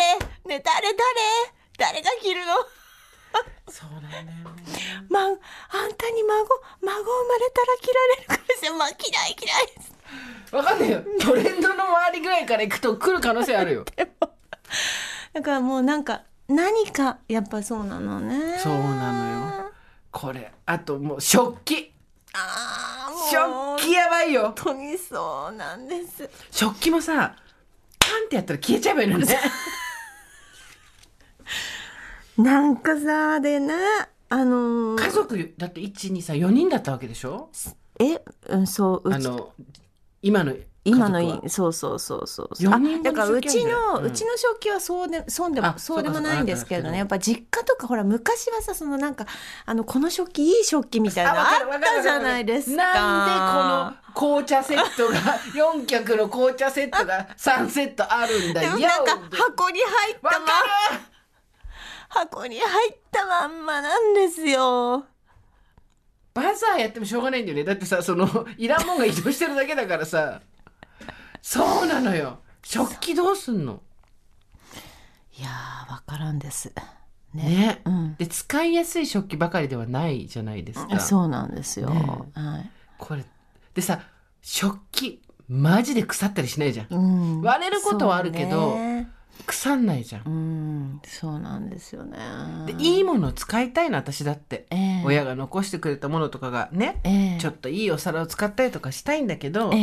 が着るの？ そうなんだよね。 あんたに孫生まれたら着られるかもしれない。まあ嫌いわかんないよ。トレンドの周りぐらいから行くと来る可能性あるよ。 だからもう何かやっぱそうなのね。 そうなのよ。これあともう食器。 もう食器やばいよ。 本当にそうなんです。 食器もさ、パンってやったら消えちゃえばいいのね。 なんかさでね、 家族だって1、2、3、4人だったわけでしょ。 そう、 今のそうだからうちの食器はそうでもないんですけどね。やっぱ実家とかほら昔はさ、そのなんかこの食器いい食器みたいなのあったじゃないですか。 なんでこの紅茶セットが4脚の紅茶セットが3セットあるんだよ。 なんか箱に入ったまんまなんですよ。 バザーやってもしょうがないんだよね。だってさ、そのいらんもんが移動してるだけだからさ。そうなのよ。食器どうすんの？ いやー、わからんですね、で使いやすい食器ばかりではないじゃないですか。 そうなんですよ、はい、 これでさ、食器マジで腐ったりしないじゃん、割れることはあるけど、腐んないじゃん、 そうなんですよね。 でいいものを使いたいの、私だって、親が残してくれたものとかがね、ちょっといいお皿を使ったりとかしたいんだけど、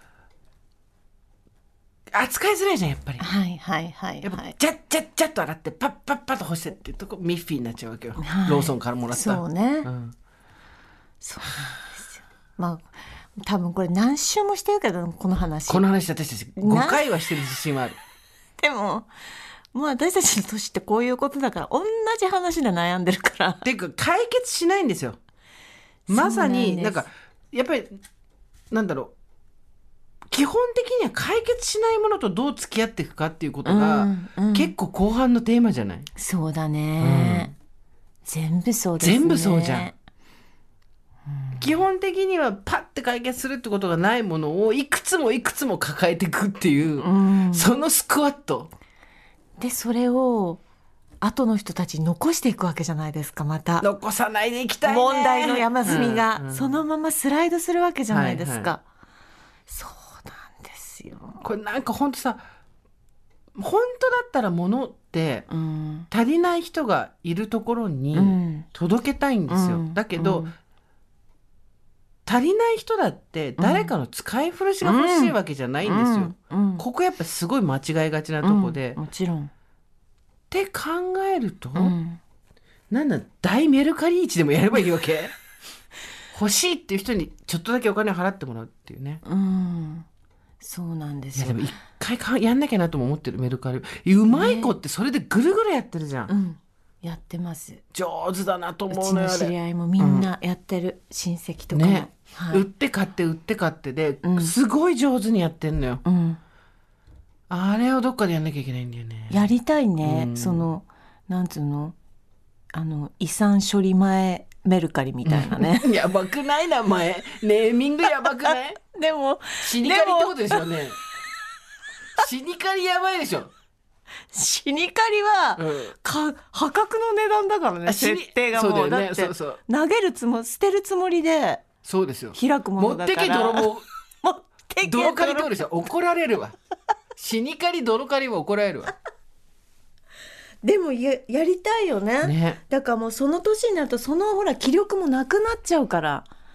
扱いづらいじゃんやっぱり。やっぱジャッジャッジャッと洗ってパッパッパッと干してっていうとこミッフィーになっちゃうわけよ、ローソンからもらった。 そうね、そうなんですよ。まあ多分これ何周もしてるけど、この話私たち5回はしてる自信はある。 でももう私たちの年ってこういうことだから、同じ話で悩んでるから。 っていうか解決しないんですよ。まさになんかやっぱりなんだろう、基本的には解決しないものとどう付き合っていくかっていうことが、結構後半のテーマじゃない？ そうだね、全部そうですね。 全部そうじゃん、基本的にはパッて解決するってことがないものをいくつも抱えていくっていう、そのスクワットで、それを後の人たちに残していくわけじゃないですか。また残さないでいきたいね。 問題の山積みが、そのままスライドするわけじゃないですか、そうなんですよ。 これなんか本当さ、本当だったら物って足りない人がいるところに届けたいんですよ、だけど、足りない人だって誰かの使い古しが欲しいわけじゃないんですよ、ここやっぱすごい間違いがちなとこで、 もちろんって考えると、なんだ大メルカリ市でもやればいいわけ欲しいっていう人にちょっとだけお金を払ってもらうっていうね、 そうなんですよ。 いやでも一回やんなきゃなとも思ってる。メルカリうまい子ってそれでぐるぐるやってるじゃん、 やってます。 上手だなと思ううちの知り合いもみんなやってる、親戚とかも、 売って買ってで、すごい上手にやってんのよ、あれをどっかでやんなきゃいけないんだよね。 やりたいね、そのなんつうの、遺産処理前メルカリみたいなねやばくない？名前ネーミングやばくない？ でも死にかりってことでしょうね。死にかりやばいでしょ。 死にかりは、破格の値段だからね、設定がもう。そうだよね、だって投げる捨てるつもりで、 そうですよ、 開くものだから。 持ってけ泥刈りってことでしょ。怒られるわ。死にかり泥刈りは怒られるわ。 でも やりたいよね。だからもうその年になるとそのほら気力もなくなっちゃうから。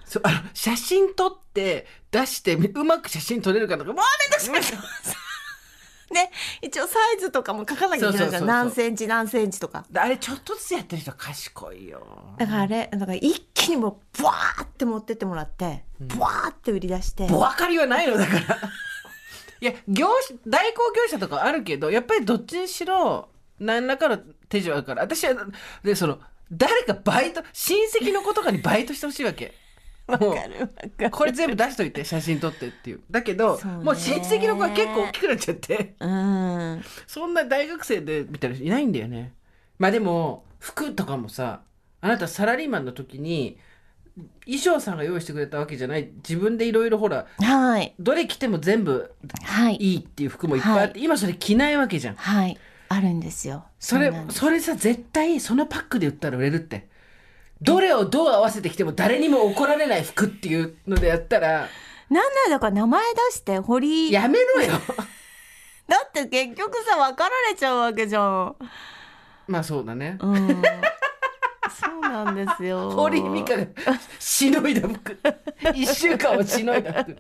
そう写真撮って出してうまく写真撮れるかとかもうめんどくさいね、一応サイズとかも書かなきゃいけないじゃん。何センチ何センチとか。 あれちょっとずつやってる人は賢いよ。 だから一気にもうブワーって持ってってもらってブワーって売り出して、 お分かりはないのだからいや代行業者とかあるけどやっぱりどっちにしろ何らかの手順あるから、私はで誰かバイト親戚の子とかにバイトしてほしいわけ。 わかるわかる。 これ全部出しといて写真撮ってっていう。だけどもう親戚の子は結構大きくなっちゃってそんな大学生でみたいな人いないんだよね。まあでも服とかもさ、あなたサラリーマンの時に衣装さんが用意してくれたわけじゃない、自分でいろいろほら、 はい、 どれ着ても全部いいっていう服もいっぱいあって、はい、今それ着ないわけじゃん。 はい、あるんですよ。 それさ絶対そのパックで売ったら売れるって。どれをどう合わせてきても誰にも怒られない服っていうのでやったら、 なんだから名前出して堀やめろよだって結局さ分かられちゃうわけじゃん。 まあそうだね、 そうなんですよ。 堀井美香がしのいだ服1週間をしのいだ服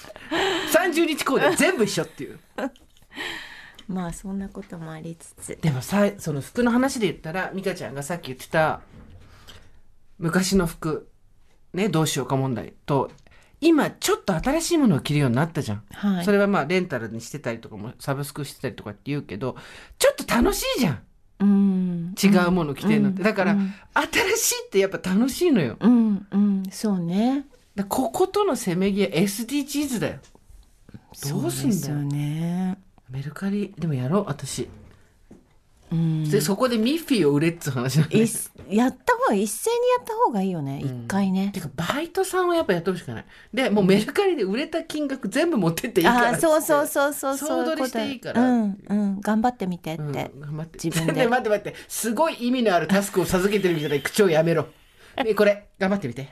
30日コーデ全部一緒っていうまあそんなこともありつつ、 でもさ、その服の話で言ったら美香ちゃんがさっき言ってた昔の服ね、どうしようか問題と、今ちょっと新しいものを着るようになったじゃん、はい、それはまあレンタルにしてたりとかもサブスクしてたりとかって言うけど、ちょっと楽しいじゃん、違うもの着てるのって、だから、新しいってやっぱ楽しいのよ、 そうね。 こことのせめぎ合い SDGs だよ。どうすんだよ。そうですよね。メルカリでもやろう私。でそこでミッフィーを売れっつう話なんで、 やった方が一斉にやった方がいいよね、一回ね。 てかバイトさんはやっぱやってほしくない。でもうメルカリで売れた金額全部持ってっていいからって、 そう総取りしていいから、 頑張ってみてって、 頑張って自分で待ってすごい意味のあるタスクを授けてるみたいな口をやめろね、これ頑張ってみて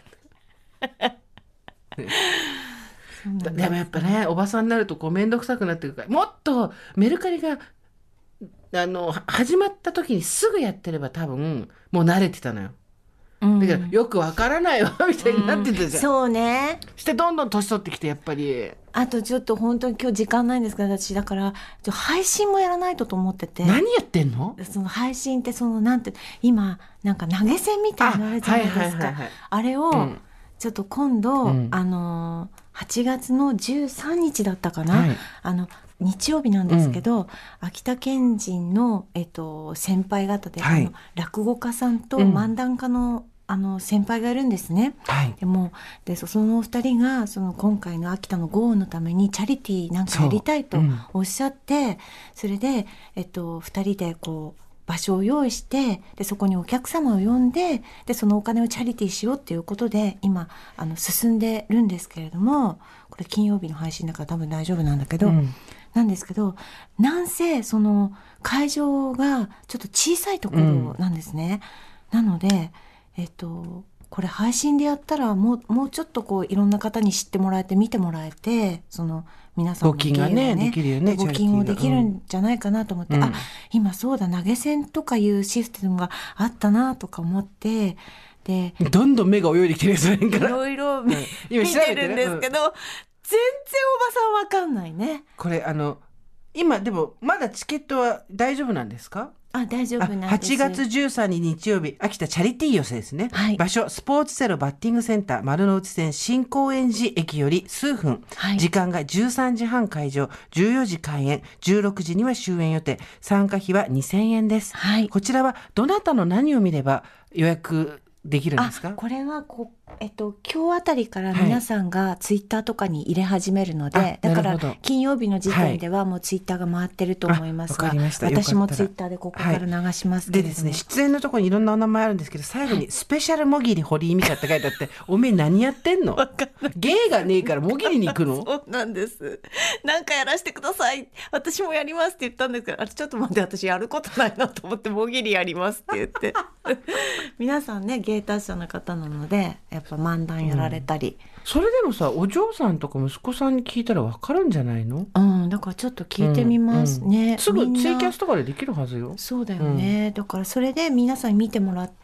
でもやっぱね、おばさんになるとこうめんどくさくなってくるから、もっとメルカリが始まった時にすぐやってれば多分もう慣れてたのよ、だからよくわからないわみたいになってたじゃん、 そうね。 してどんどん年取ってきて、やっぱりあとちょっと本当に今日時間ないんですけど、私だから配信もやらないとと思ってて。 何やってんの？ その配信ってなんて今なんか投げ銭みたいなのあるじゃないですか、あれをちょっと今度、8月の13日だったかな、日曜日なんですけど、秋田県人の、先輩方で、落語家さんと漫談家の、先輩がいるんですね、でその2人が今回の秋田の豪雨のためにチャリティーなんかやりたいとおっしゃって、それで、2人でこう場所を用意して、でそこにお客様を呼んで、でそのお金をチャリティーしようっていうことで今進んでるんですけれども、これ金曜日の配信だから多分大丈夫なんだけど、なんですけど、なんせその会場がちょっと小さいところなんですね、なのでこれ配信でやったらもうちょっとこういろんな方に知ってもらえて見てもらえて、皆さんの募金がねできるよね、 募金をできるんじゃないかなと思って、今そうだ投げ銭とかいうシステムがあったなとか思って、でどんどん目が泳いできてるそれからいろいろ見てるんですけど、全然おばさんわかんないね。 これ今でもまだチケットは大丈夫なんですか？ 大丈夫なんです。 8月13日日曜日、秋田チャリティー寄せですね、場所スポーツゼロバッティングセンター丸の内線新高円寺駅より数分、時間が13時半開場、14時開演、16時には終演予定、参加費は2000円です、こちらはどなたの何を見れば予約できるんですか？ これは今日あたりから皆さんがツイッターとかに入れ始めるので、だから金曜日の時点ではもうツイッターが回ってると思いますが、私もツイッターでここから流しますけれども、でですね、 出演のところにいろんなお名前あるんですけど、最後にスペシャルもぎり堀井美香って書いてあっておめえ何やってんの？芸がねえからもぎりに行くの？ そうなんです。なんかやらせてください、私もやりますって言ったんですけど、ちょっと待って、私やることないなと思ってもぎりやりますって言って皆さんね芸達者な方なので、やっぱ漫談やられたり、 それでもさ、お嬢さんとか息子さんに聞いたら分かるんじゃないの？ だからちょっと聞いてみますね。 すぐツイキャスとかでできるはずよ。 そうだよね。だからそれで皆さんに見てもらって、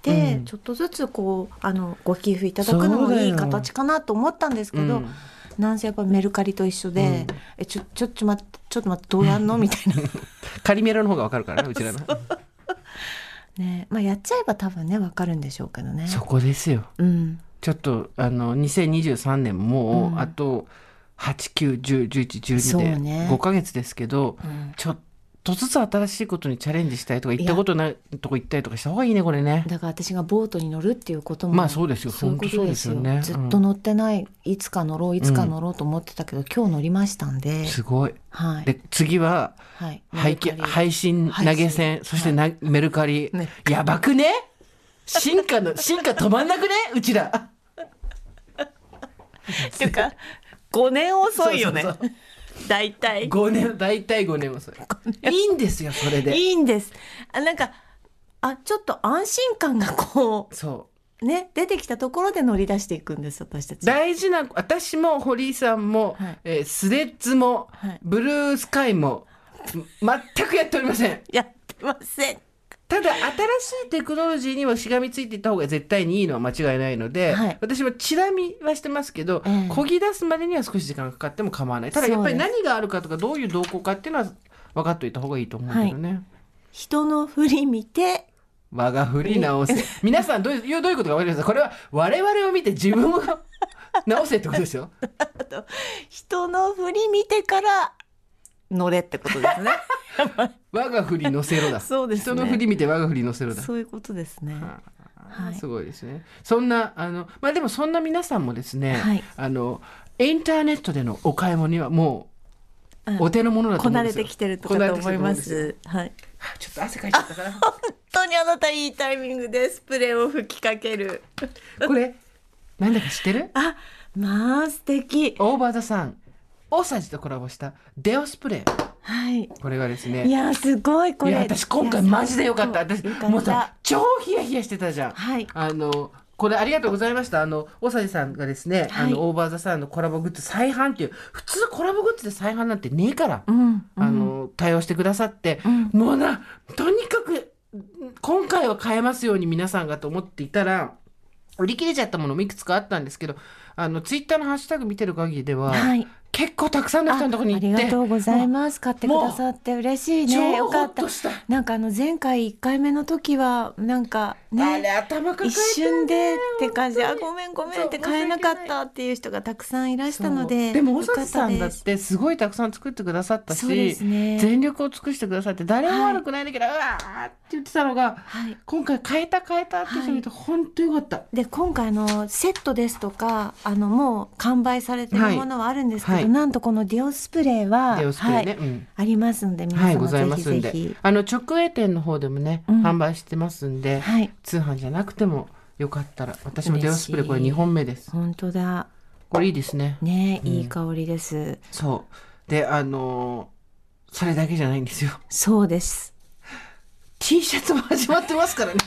ちょっとずつこうご寄付いただくのもいい形かなと思ったんですけど、なんせやっぱメルカリと一緒で、ちょっと待ってどうやんのみたいな。 カリメロの方が分かるからね、うちらの。 ね、やっちゃえば多分ね分かるんでしょうけどね。 そこですよ。ちょっと2023年もうあと8、9、10、11、12で5ヶ月ですけど、ちょっとずつ新しいことにチャレンジしたいとか、行ったことないとこ行ったりとかした方がいいね、これね。 だから私がボートに乗るっていうことも、 そうですよ。本当そうですよね。 ずっと乗ってない、いつか乗ろうと思ってたけど、今日乗りましたんで。 すごい。で次は、配信投げ銭、そしてメルカリ、やばくね？進化止まんなくね？うちら。 っていうか5年遅いよね。大体 5年遅い。いいんですよ、それで。 いいんです。なんかちょっと安心感がこうね、出てきたところで乗り出していくんです、私たち。 大事な、私も堀井さんも、スレッズも、ブルースカイも全くやっておりません。 やってません。 ただ新しいテクノロジーにはしがみついていった方が絶対にいいのは間違いないので、私もチラ見はしてますけど、漕ぎ出すまでには少し時間がかかっても構わない。ただやっぱり何があるかとかどういう動向かっていうのは分かっておいた方がいいと思うけどね。 人の振り見て我が振り直せ。皆さんどういうことか分かりますか？これは我々を見て自分を直せってことですよ。 人の振り見てから乗れってことですね。 我が振り乗せろだ。 そうですね。 人の振り見て我が振り乗せろだ。 そういうことですね。 すごいですね。そんなでもそんな皆さんもですね、インターネットでのお買い物にはもうお手の物だと思うんですよ。 こなれてきてると思います。 ちょっと汗かいちゃったから。 本当にあなたいいタイミングでスプレーを吹きかける。 これなんだか知ってる？ 素敵。 オーバーザさん、大さじとコラボしたデオスプレー。これがですね。 いやすごいこれ。 私今回マジでよかった。私もうさ超ヒヤヒヤしてたじゃん。これありがとうございました。大さじさんがですね、オーバーザさんのコラボグッズ再販っていう、普通コラボグッズで再販なんてねえから、対応してくださって、もうとにかく今回は買えますように皆さんがと思っていたら、売り切れちゃったものもいくつかあったんですけど、ツイッターのハッシュタグ見てる限りでは、結構たくさんの人のところに行って、 ありがとうございます。買ってくださって嬉しいね。よかった。なんか前回1回目の時はなんかね、 あれ頭抱えて一瞬でって感じで、ごめんって買えなかったっていう人がたくさんいらしたので。 でも大崎さんだってすごいたくさん作ってくださったし、全力を尽くしてくださって、誰も悪くないんだけど、うわーって言ってたのが、今回変えたって人見て本当よかった。 で今回セットですとかもう完売されてるものはあるんですけど、なんとこのディオスプレーはありますので、皆様ぜひぜひ直営店の方でもね、販売してますんで、通販じゃなくてもよかったら、私もディオスプレーこれ2本目です。 本当だ、 これいいですね。 いい香りです。 そうでそれだけじゃないんですよ。 そうです。 T シャツも始まってますからね。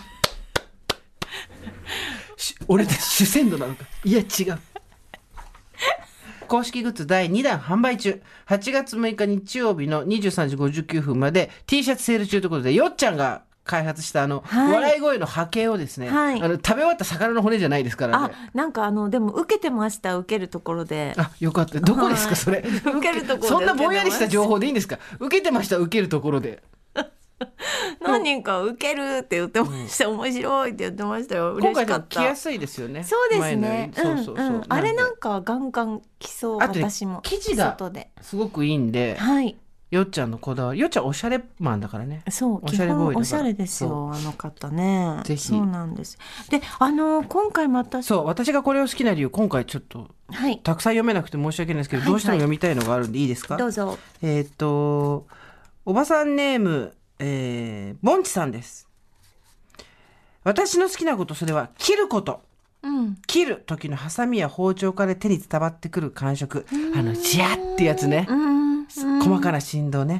俺たち主戦度なのか。いや違う。公式グッズ第2弾販売中。8月6日日曜日の23時59分まで T シャツセール中ということで、よっちゃんが開発した笑い声の波形をですね、食べ終わった魚の骨じゃないですからね。 なんかでも受けてました。受けるところで。 よかった。どこですかそれ。 受けるところで。 そんなぼんやりした情報でいいんですか？受けてました。受けるところで。 何人か受けるって言ってました。面白いって言ってましたよ。嬉しかった。 今回着やすいですよね。 そうですね。あれなんかガンガン着そう。私も生地がすごくいいんで、よっちゃんのこだわり。よっちゃんおしゃれマンだからね。 そう、基本おしゃれですよ、方ね。ぜひ。そうなんです。で今回また私がこれを好きな理由、今回ちょっとたくさん読めなくて申し訳ないですけど、どうしても読みたいのがあるんでいいですか？ どうぞ。 おばさんネームぼんちさんです。私の好きなこと、それは切ること、切る時のハサミや包丁から手に伝わってくる感触、ジャってやつね、細かな振動ね。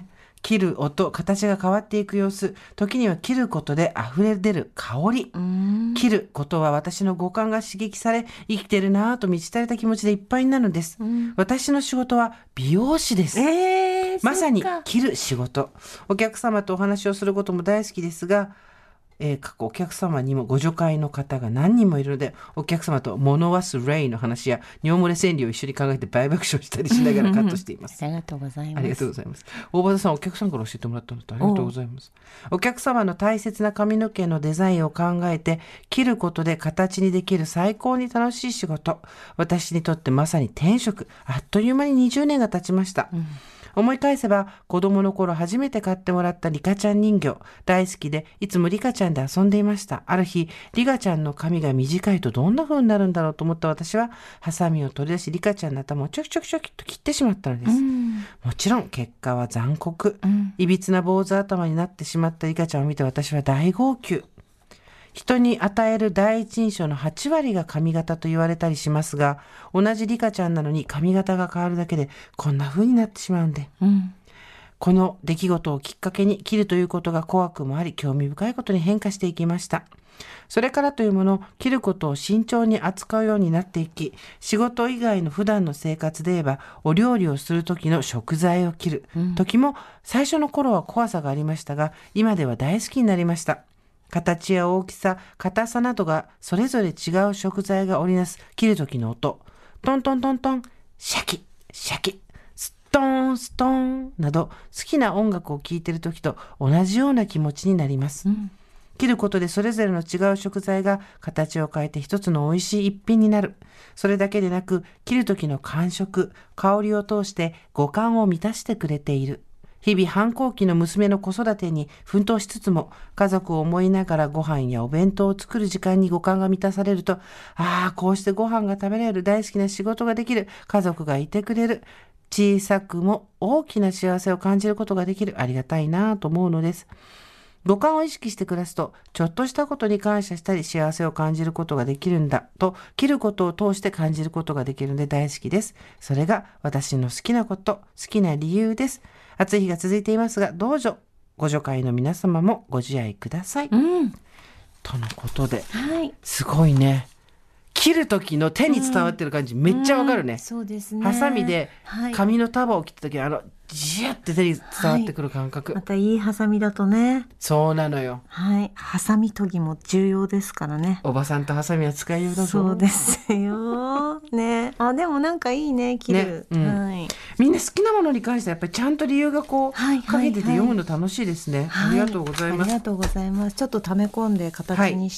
切る音、形が変わっていく様子、時には切ることで溢れ出る香り。切ることは私の五感が刺激され、生きてるなぁと満ち足りた気持ちでいっぱいになるのです。私の仕事は美容師です。まさに切る仕事。お客様とお話をすることも大好きですが、過去お客様にもご助会の方が何人もいるので、お客様と物忘れの話や尿漏れ川柳を一緒に考えて大爆笑したりしながらカットしています。 ありがとうございます。 ありがとうございます。大場さん、お客さんから教えてもらったのってありがとうございます。お客様の大切な髪の毛のデザインを考えて切ることで形にできる最高に楽しい仕事。私にとってまさに天職。あっという間に20年が経ちました。思い返せば子供の頃初めて買ってもらったリカちゃん人形、大好きでいつもリカちゃんで遊んでいました。ある日リカちゃんの髪が短いとどんな風になるんだろうと思った私はハサミを取り出しリカちゃんの頭をチョキチョキチョキと切ってしまったのです。もちろん結果は残酷。いびつな坊主頭になってしまったリカちゃんを見て私は大号泣。人に与える第一印象の8割が髪型と言われたりしますが、同じリカちゃんなのに髪型が変わるだけでこんな風になってしまうんで、この出来事をきっかけに切るということが怖くもあり興味深いことに変化していきました。それからというもの、切ることを慎重に扱うようになっていき、仕事以外の普段の生活で言えばお料理をする時の食材を切る時も最初の頃は怖さがありましたが、今では大好きになりました。形や大きさ、硬さなどがそれぞれ違う食材が織りなす切る時の音、トントントントン、シャキシャキ、ストーンストーンなど好きな音楽を聴いている時と同じような気持ちになります。切ることでそれぞれの違う食材が形を変えて一つの美味しい一品になる。それだけでなく、切る時の感触、香りを通して五感を満たしてくれている。日々反抗期の娘の子育てに奮闘しつつも、家族を思いながらご飯やお弁当を作る時間に五感が満たされると、こうしてご飯が食べられる、大好きな仕事ができる、家族がいてくれる、小さくも大きな幸せを感じることができる、ありがたいなと思うのです。五感を意識して暮らすと、ちょっとしたことに感謝したり幸せを感じることができるんだと、切ることを通して感じることができるので大好きです。それが私の好きなこと、好きな理由です。暑い日が続いていますが、どうぞご助会の皆様もご自愛ください。とのことで、すごいね。切る時の手に伝わってる感じ、めっちゃわかるね。 そうですね。 ハサミで髪の束を切った時、ジュッて手に伝わってくる感覚。 またいいハサミだとね。 そうなのよ。 ハサミ研ぎも重要ですからね。 おばさんとハサミは使いようだぞ。 そうですよ。ね。でもなんかいいね、切る。 みんな好きなものに関してやっぱりちゃんと理由がこうかけてて読むの楽しいですね。ありがとうございます。 ありがとうございます。ちょっと溜め込んで形にして、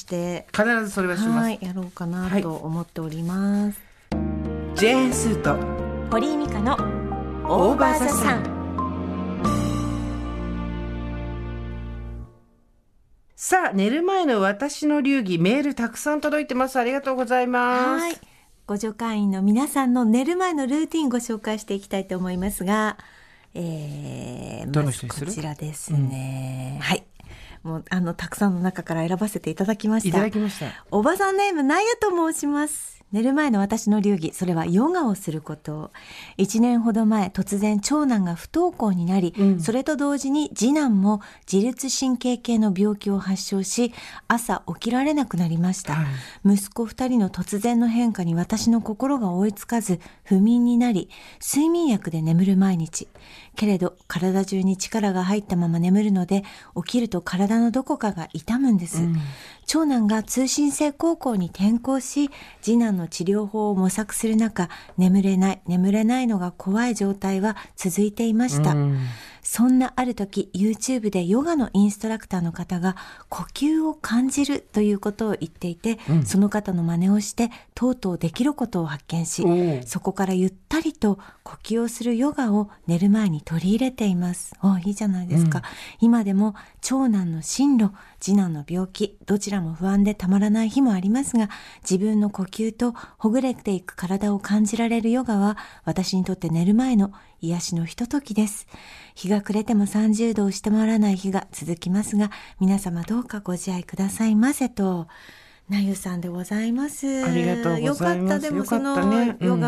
必ずそれはします。 やろうかなと思っております。 ジェーンスーと堀井美香のオーバーザさん。さあ、寝る前の私の流儀、メールたくさん届いてます。ありがとうございます。 ご助会員の皆さんの寝る前のルーティンご紹介していきたいと思いますが、 どの人にする？ まずこちらですね。もうたくさんの中から選ばせていただきました。 いただきました。 おばさんネームなやと申します。寝る前の私の流儀、それはヨガをすること。1年ほど前、突然長男が不登校になり、それと同時に次男も自律神経系の病気を発症し、朝起きられなくなりました。息子2人の突然の変化に私の心が追いつかず、不眠になり、睡眠薬で眠る毎日。けれど、体中に力が入ったまま眠るので、起きると体のどこかが痛むんです。長男が通信制高校に転校し、次男の治療法を模索する中、眠れないのが怖い状態は続いていました。そんなある時、YouTube でヨガのインストラクターの方が呼吸を感じるということを言っていて、その方の真似をしてとうとうできることを発見し、そこからゆったりと呼吸をするヨガを寝る前に取り入れています。いいじゃないですか。今でも長男の進路、次男の病気、どちらも不安でたまらない日もありますが、自分の呼吸とほぐれていく体を感じられるヨガは私にとって寝る前の癒しのひとときです。日が暮れても30度を下回らない日が続きますが、皆様どうかご自愛くださいませと、なゆさんでございます。 ありがとうございます。 よかった。でもそのヨガ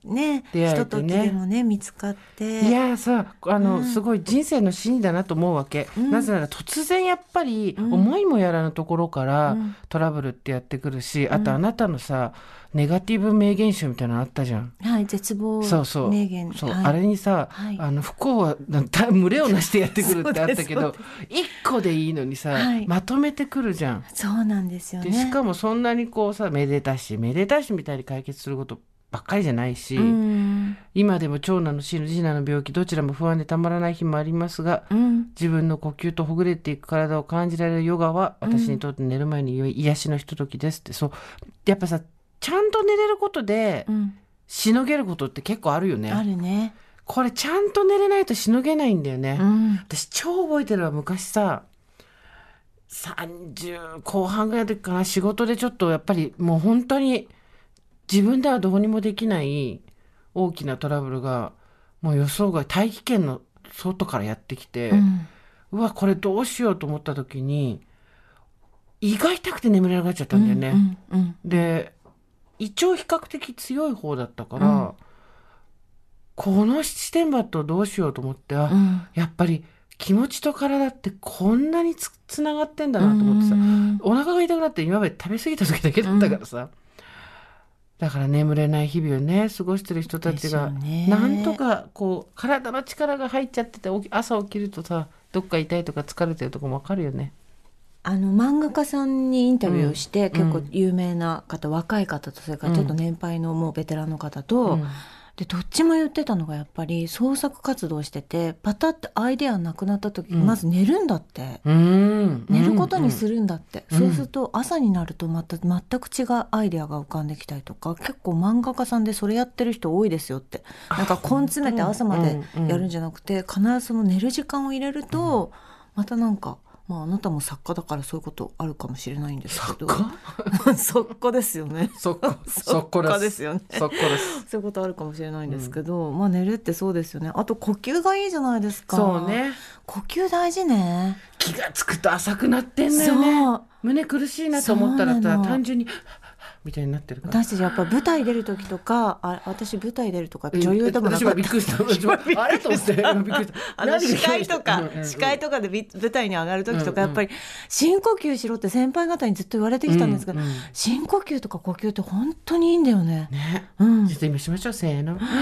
ね、 出会えてねひとときでもね見つかって、 いやさすごい人生の真理だなと思うわけ、なぜなら突然やっぱり思いもやらぬところからトラブルってやってくるし、あとあなたのさネガティブ名言集みたいなのあったじゃん。 はい、絶望名言。 そう、 はい、 あれにさ、はい、不幸は群れをなしてやってくるってあったけど一個でいいのにさ、はい、まとめてくるじゃん。 そうなんですよね。 でしかもそんなにこうさめでたしみたいに解決することばっかりじゃないし、今でも長男の死の次男の病気どちらも不安でたまらない日もありますが、自分の呼吸とほぐれていく体を感じられるヨガは私にとって寝る前に癒しのひとときですって。そうやっぱさちゃんと寝れることで、しのげることって結構あるよね。 あるね。 これちゃんと寝れないとしのげないんだよね、私超覚えてるわ。昔さ30後半ぐらいの時かな、仕事でちょっとやっぱりもう本当に自分ではどうにもできない大きなトラブルがもう予想外、大気圏の外からやってきて、うわこれどうしようと思った時に胃が痛くて眠れなくなっちゃったんだよね、で胃腸比較的強い方だったから、この七点抜刀どうしようと思って、やっぱり気持ちと体ってこんなにつながってんだなと思ってさ、お腹が痛くなって今まで食べ過ぎた時だけだったからさ、だから眠れない日々をね過ごしてる人たちが、なんとかこう体の力が入っちゃってて朝起きるとさどっか痛いとか疲れてるとかも分かるよね。 漫画家さんにインタビューをして、結構有名な方、若い方とそれからちょっと年配のもうベテランの方と、でどっちも言ってたのがやっぱり創作活動しててパタってアイデアなくなった時、まず寝るんだって、寝ることにするんだって、そうすると朝になるとまた全く違うアイデアが浮かんできたりとか、結構漫画家さんでそれやってる人多いですよって。なんか根詰めて朝までやるんじゃなくて、必ずその寝る時間を入れると、またなんかあなたも作家だからそういうことあるかもしれないんですけど。作家ですよね。作家ですよね。作家です。そういうことあるかもしれないんですけど、寝るってそうですよね。あと呼吸がいいじゃないですか。 そうね。 呼吸大事ね。 気がつくと浅くなってんだよね。胸苦しいなと思ったら単純にみたいになってるから。 私たちやっぱ舞台出る時とか、私舞台出るとか女優でもなかった。 私はびっくりした。あれと思ってびっくりした。 司会とかで舞台に上がる時とか、やっぱり深呼吸しろって先輩方にずっと言われてきたんですが、深呼吸とか呼吸って本当にいいんだよね。 ね。実際今しましょう。せーの。なん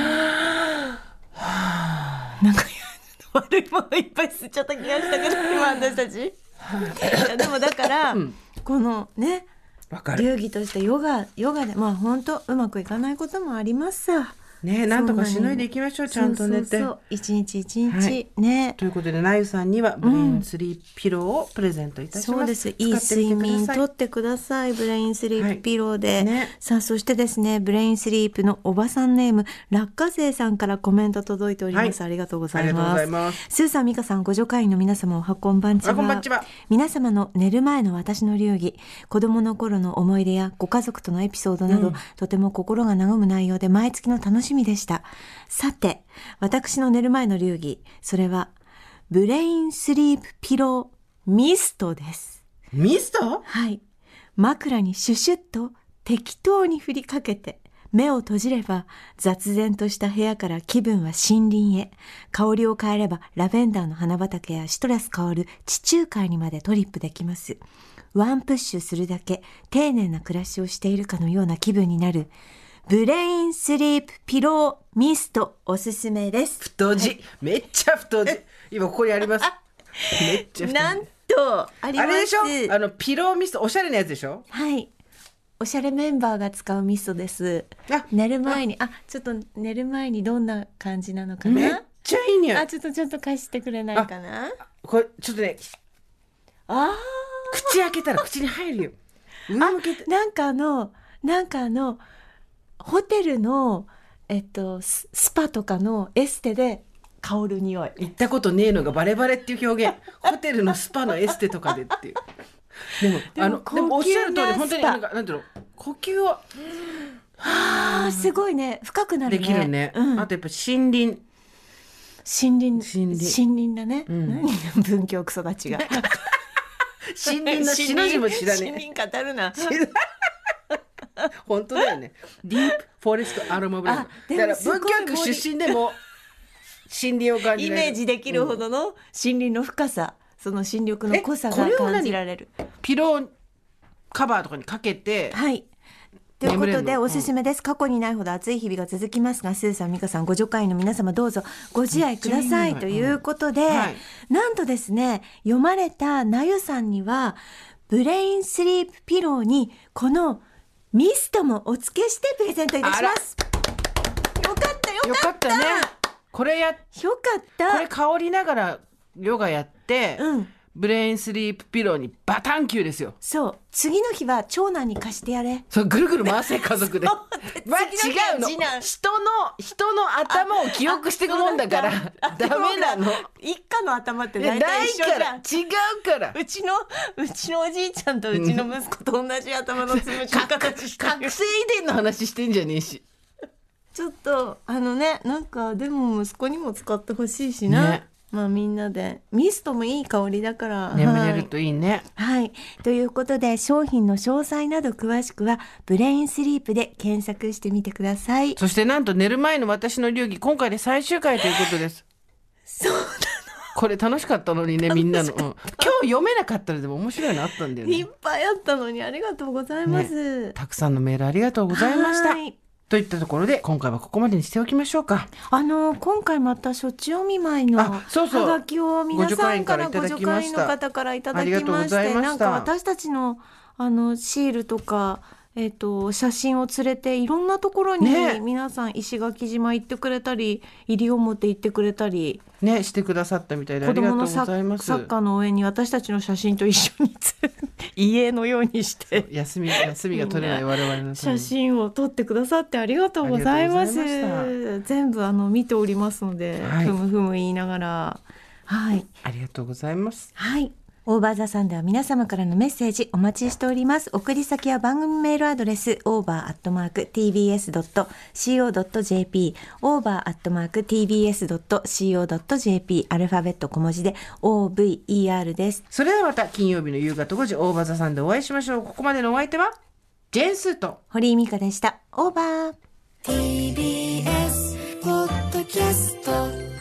か悪いものいっぱい吸っちゃった気がしたけど今私たち。でもだからこのね。流儀としてヨガで本当うまくいかないこともありますさ。 ね、なんとかしのいでいきましょう。ちゃんと寝て。 一日一日、ね。 ということでなゆさんにはブレインスリープピローをプレゼントいたします。 そうです。いい睡眠とってください。ブレインスリープピローで、さあそしてですね、ブレインスリープのおばさんネーム落花生さんからコメント届いております。ありがとうございます。スーさん、ミカさん、ご助会員の皆様、おはこんばんちは。 こんばんちは。 皆様の寝る前の私の流儀、子供の頃の思い出やご家族とのエピソードなど、とても心が和む内容で毎月の楽しみでした。さて、私の寝る前の流儀、それはブレインスリープピローミストです。 ミスト？ はい。枕にシュシュッと適当に振りかけて、目を閉じれば雑然とした部屋から気分は森林へ、香りを変えればラベンダーの花畑やシトラス香る地中海にまでトリップできます。ワンプッシュするだけ丁寧な暮らしをしているかのような気分になるブレインスリープピローミスト、おすすめです。 太字、めっちゃ太字。今ここにあります。めっちゃ太字。 なんとあります。 あれでしょ？ピローミスト、おしゃれなやつでしょ？ はい。おしゃれメンバーが使うミストです。寝る前にちょっと寝る前にどんな感じなのかな。 めっちゃいい匂い。 ちょっと貸してくれないかな。 これちょっとね。口開けたら口に入るよ。上向けて。なんかホテルのスパとかのエステで香る匂い。 行ったことねえのがバレバレっていう表現。ホテルのスパのエステとかでっていう。でもおっしゃる通り本当になんていうの、呼吸をすごいね、深くなるね。 できるね。あとやっぱ森林だね。文教クソたちが。森林の死の字も知らねえ。 森林語るな。 本当だよね。ディープフォレストアロマブレンド。 あだからでもすごい文京区出身でも森林を感じイられる。 メージできるほどの森林の深さ、その新緑の濃さが感じられる。 ピローカバーとかにかけて、 はい。ということでおすすめ。 めです。過去にないほど暑い日々が続きますが、スーさん、ミカさん、ご助会員の皆様どうぞご自愛くださいということで、 はいなんとですね、読まれたなゆさんには、ブレインスリープピローにこのミストもお付けしてプレゼントいたします。よかったよかったよかったね。これよかっこれた。 香りながらヨガやって、 うん。 ブレインスリープピローにバタンキューですよ。 そう。次の日は長男に貸してやれ。 そうぐるぐる回せ家族で。まあ次の日は違うの。 次男人の頭を記憶していくもんだからダメなの。 一家の頭っていや大ない体一緒じゃん。 から違うから。 うちのおじいちゃんとうちの息子と同じ頭のつむじの形してる。 覚醒遺伝の話してんじゃねえし。 ちょっとなんかでも息子にも使ってほしいしな、 ねまあみんなでミストもいい香りだから眠れるといいね。 はい、ということで商品の詳細など詳しくはブレインスリープで検索してみてください。 そしてなんと寝る前の私の流儀、今回で最終回ということです。 そうなの。 これ楽しかったのにね、みんなの、今日読めなかったらでも面白いのあったんだよいっね。 ぱいあったのにありがとうございます、 たくさんのメールありがとうございました。 はいといったところで今回はここまでにしておきましょうか。 今回またしょっちゅうお見舞いのあそうそうはがきを皆さんからご助会員からいただきましたご助会員の方からいただきありがとうまして、 ございましたなんか私たちのシールとか写真を連れていろんなところにね皆さん石垣島行ってくれたり、西表行ってくれたり、 ね、してくださったみたいであ子りがとうご供のざいます。 サッカーの応援に私たちの写真と一緒に家のようにして休みが取れない我々のために写真を撮ってくださってありがとうございますありがとうございま全部見ておりますので、 はいふむふむ言いながら、はいありがとうございます。 はい。オーバーザさんでは皆様からのメッセージお待ちしております。送り先は番組メールアドレス over@tbs.co.jp over@tbs.co.jp アルファベット小文字で OVER です。 それではまた金曜日の夕方5時オーバーザさんでお会いしましょう。ここまでのお相手はジェーンスーと堀井美香でした。オーバー。 TBS ポッドキャスト